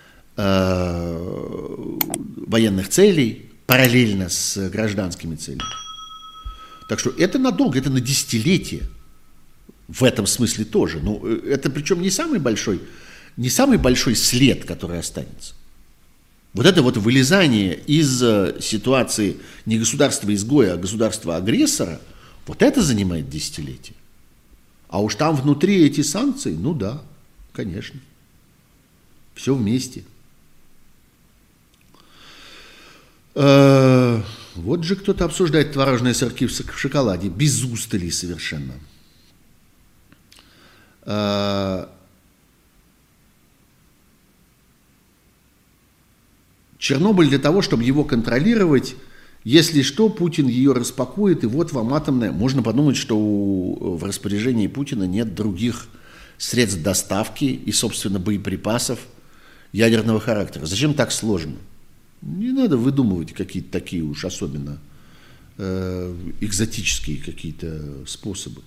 [SPEAKER 1] военных целей, параллельно с гражданскими целями. Так что это надолго, это на десятилетия. В этом смысле тоже. Но это причем не самый большой след, который останется. Вот это вот вылезание из ситуации не государства-изгоя, а государства-агрессора, вот это занимает десятилетия. А уж там внутри эти санкции, да, конечно. Все вместе. Вот же кто-то обсуждает творожные сырки в шоколаде, без устали совершенно. Чернобыль для того, чтобы его контролировать, Если что, Путин ее распакует, и вот вам атомная. Можно подумать, что в распоряжении Путина нет других средств доставки и, собственно, боеприпасов ядерного характера. Зачем так сложно? Не надо выдумывать какие-то такие уж особенно экзотические какие-то способы.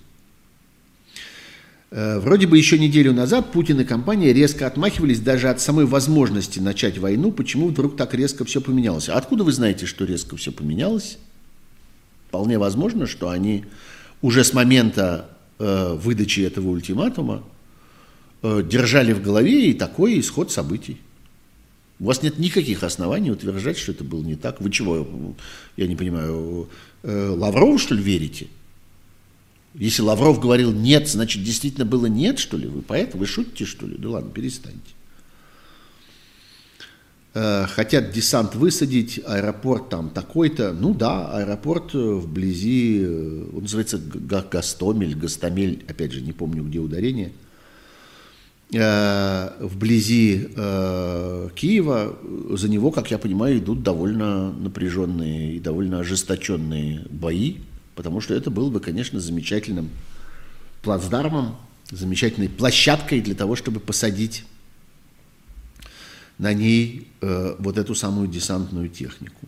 [SPEAKER 1] Вроде бы еще неделю назад Путин и компания резко отмахивались даже от самой возможности начать войну. Почему вдруг так резко все поменялось? А откуда вы знаете, что резко все поменялось? Вполне возможно, что они уже с момента выдачи этого ультиматума держали в голове и такой исход событий. У вас нет никаких оснований утверждать, что это было не так. Вы чего, я не понимаю, Лаврову, что ли, верите? Если Лавров говорил нет, значит, действительно было нет, что ли? Вы поэтому вы шутите, что ли? Да ладно, перестаньте. Хотят десант высадить, аэропорт там такой-то. Ну да, аэропорт вблизи, он называется Гастомель, опять же, не помню, где ударение. Вблизи Киева, за него, как я понимаю, идут довольно напряженные и довольно ожесточенные бои. Потому что это было бы, конечно, замечательным плацдармом, замечательной площадкой для того, чтобы посадить на ней вот эту самую десантную технику.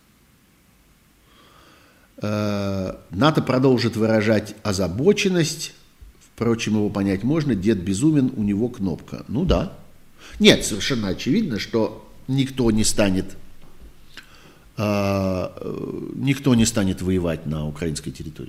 [SPEAKER 1] НАТО продолжит выражать озабоченность. Впрочем, его понять можно. Дед безумен, у него кнопка. Ну да. Нет, совершенно очевидно, что никто не станет воевать на украинской территории.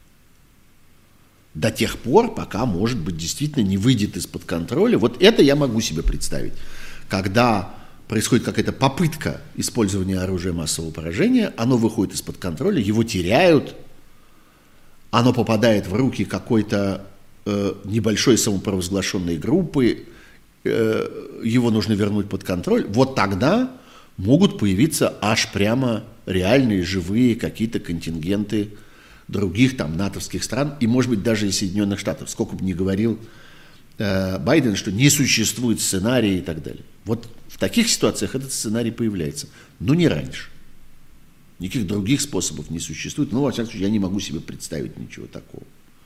[SPEAKER 1] До тех пор, пока, может быть, действительно не выйдет из-под контроля. Вот это я могу себе представить. Когда происходит какая-то попытка использования оружия массового поражения, оно выходит из-под контроля, его теряют, оно попадает в руки какой-то небольшой самопровозглашенной группы, его нужно вернуть под контроль. Вот тогда могут появиться аж прямо реальные, живые какие-то контингенты других там натовских стран и, может быть, даже и Соединенных Штатов. Сколько бы ни говорил Байден, что не существует сценария и так далее. Вот в таких ситуациях этот сценарий появляется, но не раньше. Никаких других способов не существует. Ну, во всяком случае, я не могу себе представить ничего такого.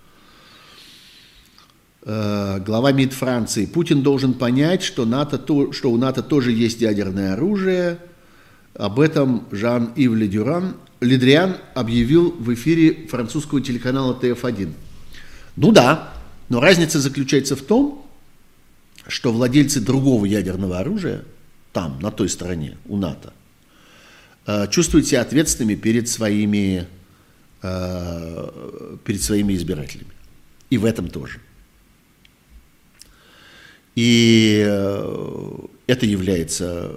[SPEAKER 1] Глава МИД Франции. Путин должен понять, что у НАТО тоже есть ядерное оружие. Об этом Жан-Ив Ледриан объявил в эфире французского телеканала ТФ1. Ну да, но разница заключается в том, что владельцы другого ядерного оружия, там, на той стороне, у НАТО, чувствуют себя ответственными перед своими избирателями. И в этом тоже. И это является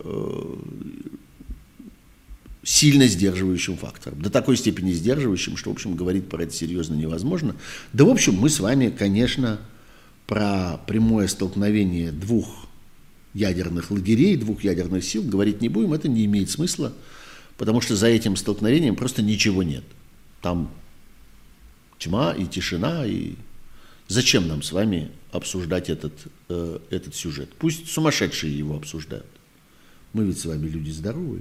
[SPEAKER 1] сильно сдерживающим фактором. До такой степени сдерживающим, что, в общем, говорить про это серьезно невозможно. Да, в общем, мы с вами, конечно, про прямое столкновение двух ядерных лагерей, двух ядерных сил говорить не будем. Это не имеет смысла, потому что за этим столкновением просто ничего нет. Там тьма и тишина, и зачем нам с вами обсуждать этот сюжет? Пусть сумасшедшие его обсуждают. Мы ведь с вами люди здоровые.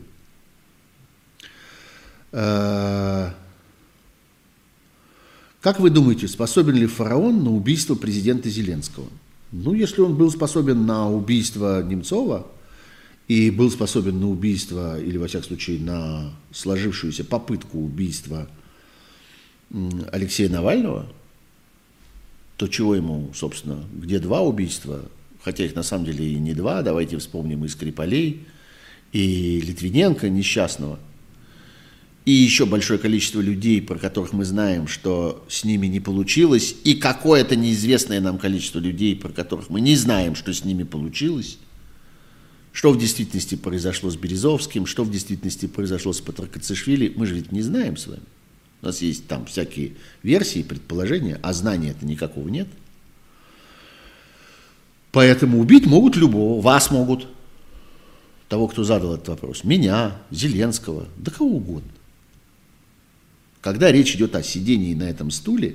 [SPEAKER 1] Как вы думаете, способен ли фараон на убийство президента Зеленского? Ну, если он был способен на убийство Немцова и был способен на убийство, или, во всяком случае, на сложившуюся попытку убийства Алексея Навального, то чего ему, собственно, где два убийства, хотя их на самом деле и не два, давайте вспомним и Скрипалей, и Литвиненко несчастного, и еще большое количество людей, про которых мы знаем, что с ними не получилось, и какое-то неизвестное нам количество людей, про которых мы не знаем, что с ними получилось, что в действительности произошло с Березовским, что в действительности произошло с Патрикацишвили, мы же ведь не знаем с вами. У нас есть там всякие версии, предположения, а знания-то никакого нет. Поэтому убить могут любого, вас могут, того, кто задал этот вопрос, меня, Зеленского, да кого угодно. Когда речь идет о сидении на этом стуле,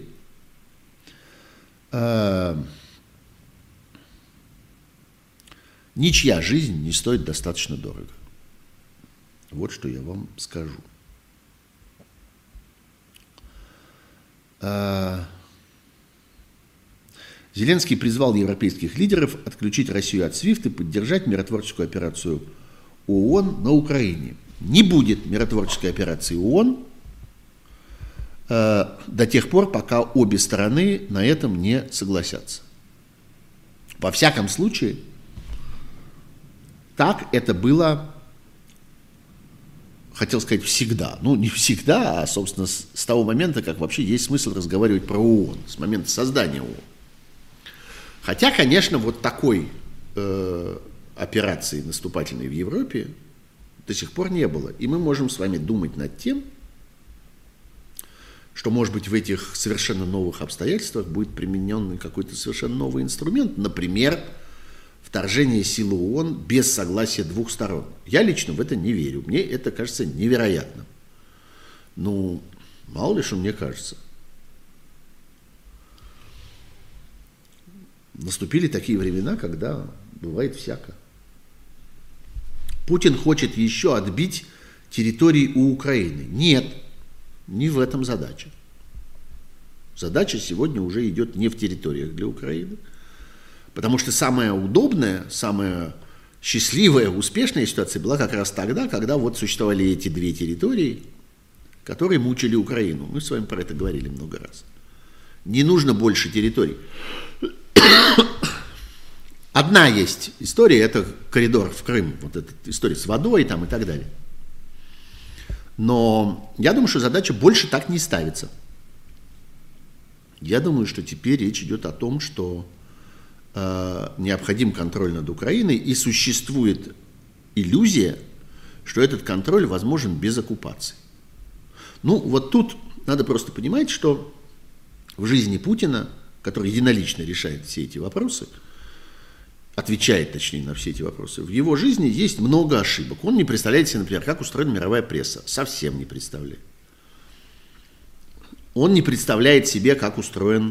[SPEAKER 1] ничья жизнь не стоит достаточно дорого. Вот что я вам скажу. Зеленский призвал европейских лидеров отключить Россию от СВИФТ и поддержать миротворческую операцию ООН на Украине. Не будет миротворческой операции ООН до тех пор, пока обе стороны на этом не согласятся. Во всяком случае, так это было, хотел сказать, всегда. Ну, не всегда, а, собственно, с того момента, как вообще есть смысл разговаривать про ООН, с момента создания ООН. Хотя, конечно, вот такой операции наступательной в Европе до сих пор не было. И мы можем с вами думать над тем, что, может быть, в этих совершенно новых обстоятельствах будет применен какой-то совершенно новый инструмент, например, вторжение сил ООН без согласия двух сторон. Я лично в это не верю. Мне это кажется невероятным. Ну, мало ли что мне кажется. Наступили такие времена, когда бывает всяко. Путин хочет еще отбить территории у Украины. Нет, не в этом задача. Задача сегодня уже идет не в территориях для Украины, потому что самая удобная, самая счастливая, успешная ситуация была как раз тогда, когда вот существовали эти две территории, которые мучили Украину. Мы с вами про это говорили много раз. Не нужно больше территорий. Одна есть история, это коридор в Крым, вот эта история с водой там и так далее. Но я думаю, что задача больше так не ставится. Я думаю, что теперь речь идет о том, что необходим контроль над Украиной, и существует иллюзия, что этот контроль возможен без оккупации. Ну, вот тут надо просто понимать, что в жизни Путина, который единолично решает все эти вопросы, отвечает, точнее, на все эти вопросы, в его жизни есть много ошибок. Он не представляет себе, например, как устроена мировая пресса. Совсем не представляет. Он не представляет себе, как устроен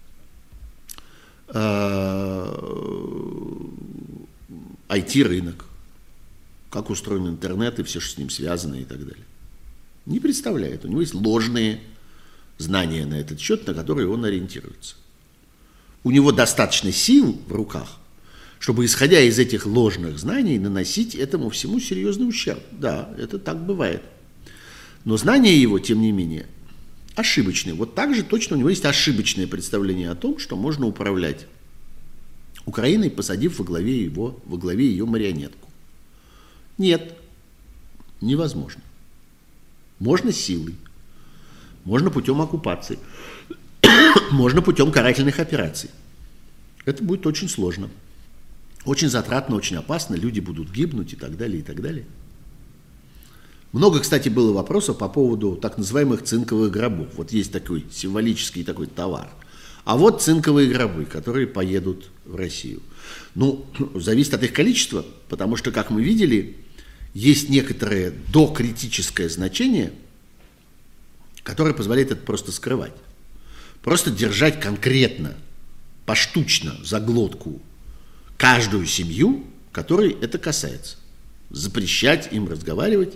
[SPEAKER 1] IT-рынок, как устроен интернет и все, что с ним связано и так далее. Не представляет. У него есть ложные знания на этот счет, на которые он ориентируется. У него достаточно сил в руках, чтобы, исходя из этих ложных знаний, наносить этому всему серьезный ущерб. Да, это так бывает. Но знания его, тем не менее, ошибочные. Вот так же точно у него есть ошибочное представление о том, что можно управлять Украиной, посадив во главе ее марионетку. Нет, невозможно. Можно силой, можно путем оккупации, можно путем карательных операций. Это будет очень сложно. Очень затратно, очень опасно, люди будут гибнуть и так далее, и так далее. Много, кстати, было вопросов по поводу так называемых цинковых гробов. Вот есть такой символический такой товар. А вот цинковые гробы, которые поедут в Россию. Ну, зависит от их количества, потому что, как мы видели, есть некоторое докритическое значение, которое позволяет это просто скрывать. Просто держать конкретно, поштучно за глотку каждую семью, которой это касается. Запрещать им разговаривать,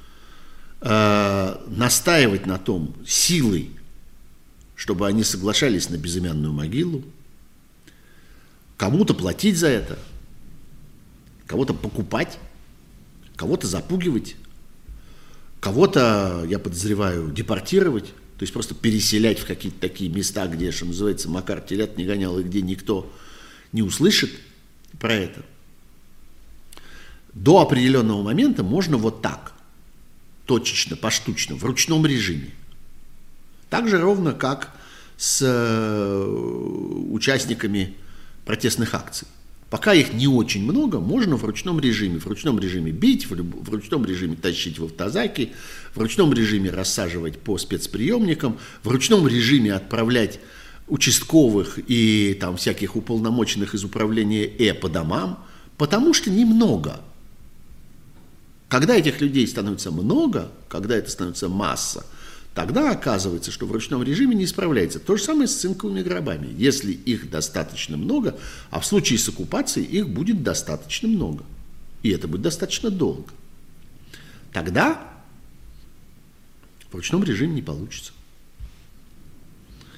[SPEAKER 1] настаивать на том силой, чтобы они соглашались на безымянную могилу, кому-то платить за это, кого-то покупать, кого-то запугивать, кого-то, я подозреваю, депортировать, то есть просто переселять в какие-то такие места, где, что называется, Макар телят не гонял, и где никто не услышит про это. До определенного момента можно вот так, точечно, поштучно, в ручном режиме. Так же ровно, как с участниками протестных акций. Пока их не очень много, можно в ручном режиме бить, в ручном режиме тащить в автозаки, в ручном режиме рассаживать по спецприемникам, в ручном режиме отправлять участковых и там всяких уполномоченных из управления по домам, потому что немного. Когда этих людей становится много, когда это становится масса, тогда оказывается, что в ручном режиме не справляется. То же самое с цинковыми гробами. Если их достаточно много, а в случае с оккупацией их будет достаточно много, и это будет достаточно долго, тогда в ручном режиме не получится.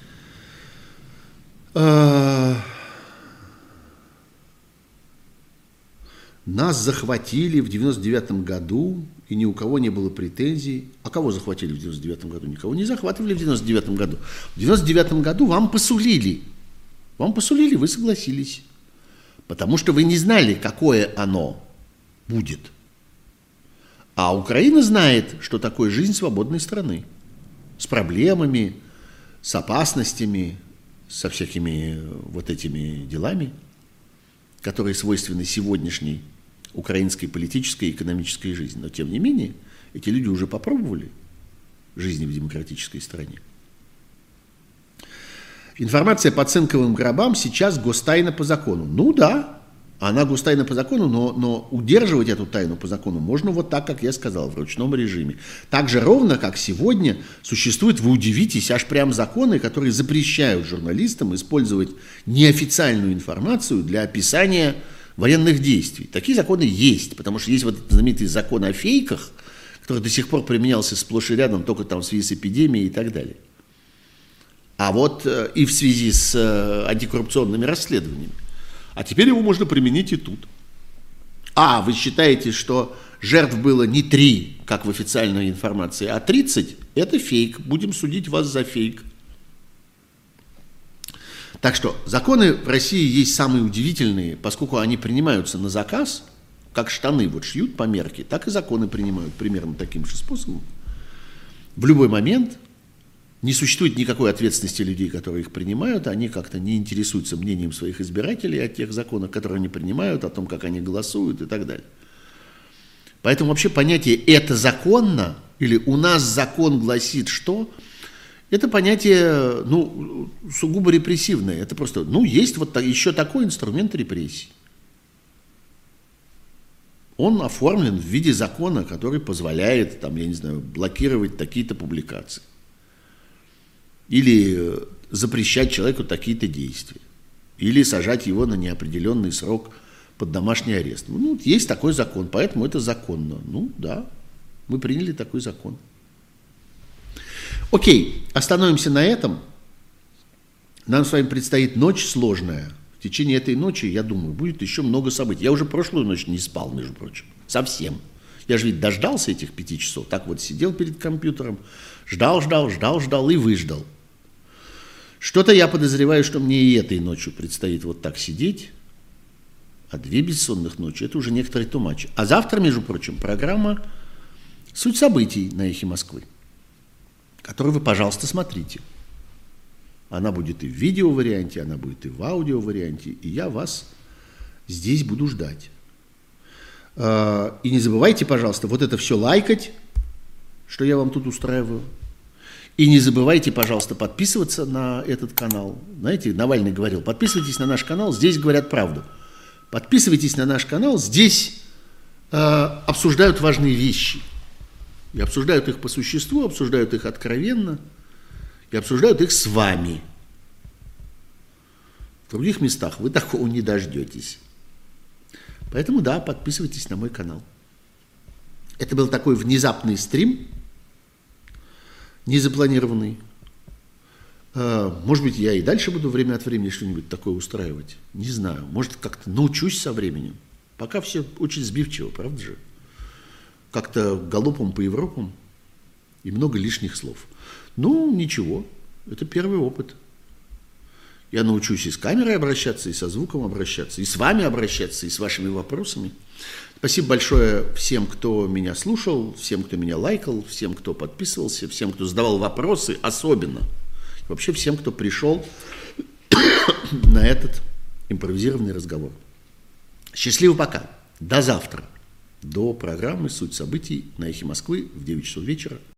[SPEAKER 1] Нас захватили в 99 году, и ни у кого не было претензий. А кого захватили в 99 году? Никого не захватывали в 99 году. В 99 году вам посулили. Вам посулили, вы согласились. Потому что вы не знали, какое оно будет. А Украина знает, что такое жизнь свободной страны. С проблемами, с опасностями, со всякими вот этими делами, которые свойственны сегодняшней украинской политической и экономической жизни. Но, тем не менее, эти люди уже попробовали жизни в демократической стране. Информация по цинковым гробам сейчас гостайна по закону. Ну да, она гостайна по закону, но удерживать эту тайну по закону можно вот так, как я сказал, в ручном режиме. Так же ровно, как сегодня существуют, вы удивитесь, аж прям законы, которые запрещают журналистам использовать неофициальную информацию для описания военных действий. Такие законы есть, потому что есть вот этот знаменитый закон о фейках, который до сих пор применялся сплошь и рядом, только там в связи с эпидемией и так далее. А вот и в связи с антикоррупционными расследованиями. А теперь его можно применить и тут. А, вы считаете, что жертв было не 3, как в официальной информации, а 30? Это фейк. Будем судить вас за фейк. Так что законы в России есть самые удивительные, поскольку они принимаются на заказ, как штаны вот шьют по мерке, так и законы принимают примерно таким же способом. В любой момент не существует никакой ответственности людей, которые их принимают, они как-то не интересуются мнением своих избирателей о тех законах, которые они принимают, о том, как они голосуют и так далее. Поэтому вообще понятие «это законно» или «у нас закон гласит что» это понятие, ну, сугубо репрессивное. Это просто, ну, есть вот еще такой инструмент репрессий. Он оформлен в виде закона, который позволяет, там, я не знаю, блокировать такие-то публикации. Или запрещать человеку такие-то действия. Или сажать его на неопределенный срок под домашний арест. Ну, есть такой закон, поэтому это законно. Ну, да, мы приняли такой закон. Окей, остановимся на этом. Нам с вами предстоит ночь сложная. В течение этой ночи, я думаю, будет еще много событий. Я уже прошлую ночь не спал, между прочим, совсем. Я же ведь дождался этих 5 часов. Так вот сидел перед компьютером, ждал и выждал. Что-то я подозреваю, что мне и этой ночью предстоит вот так сидеть. А 2 бессонных ночи – это уже некоторый тумач. А завтра, между прочим, программа «Суть событий» на Эхе Москвы, которую вы, пожалуйста, смотрите. Она будет и в видео-варианте, она будет и в аудио-варианте, и я вас здесь буду ждать. И не забывайте, пожалуйста, вот это все лайкать, что я вам тут устраиваю. И не забывайте, пожалуйста, подписываться на этот канал. Знаете, Навальный говорил, подписывайтесь на наш канал, здесь говорят правду. Подписывайтесь на наш канал, здесь обсуждают важные вещи. И обсуждают их по существу, обсуждают их откровенно, и обсуждают их с вами. В других местах вы такого не дождетесь. Поэтому, да, подписывайтесь на мой канал. Это был такой внезапный стрим, незапланированный. Может быть, я и дальше буду время от времени что-нибудь такое устраивать. Не знаю, может, как-то научусь со временем. Пока все очень сбивчиво, правда же? Как-то галопом по Европам и много лишних слов. Ну, ничего, это первый опыт. Я научусь и с камерой обращаться, и со звуком обращаться, и с вами обращаться, и с вашими вопросами. Спасибо большое всем, кто меня слушал, всем, кто меня лайкал, всем, кто подписывался, всем, кто задавал вопросы, особенно. Вообще всем, кто пришел на этот импровизированный разговор. Счастливо пока. До завтра. До программы «Суть событий» на Эхе Москвы в 9 часов вечера.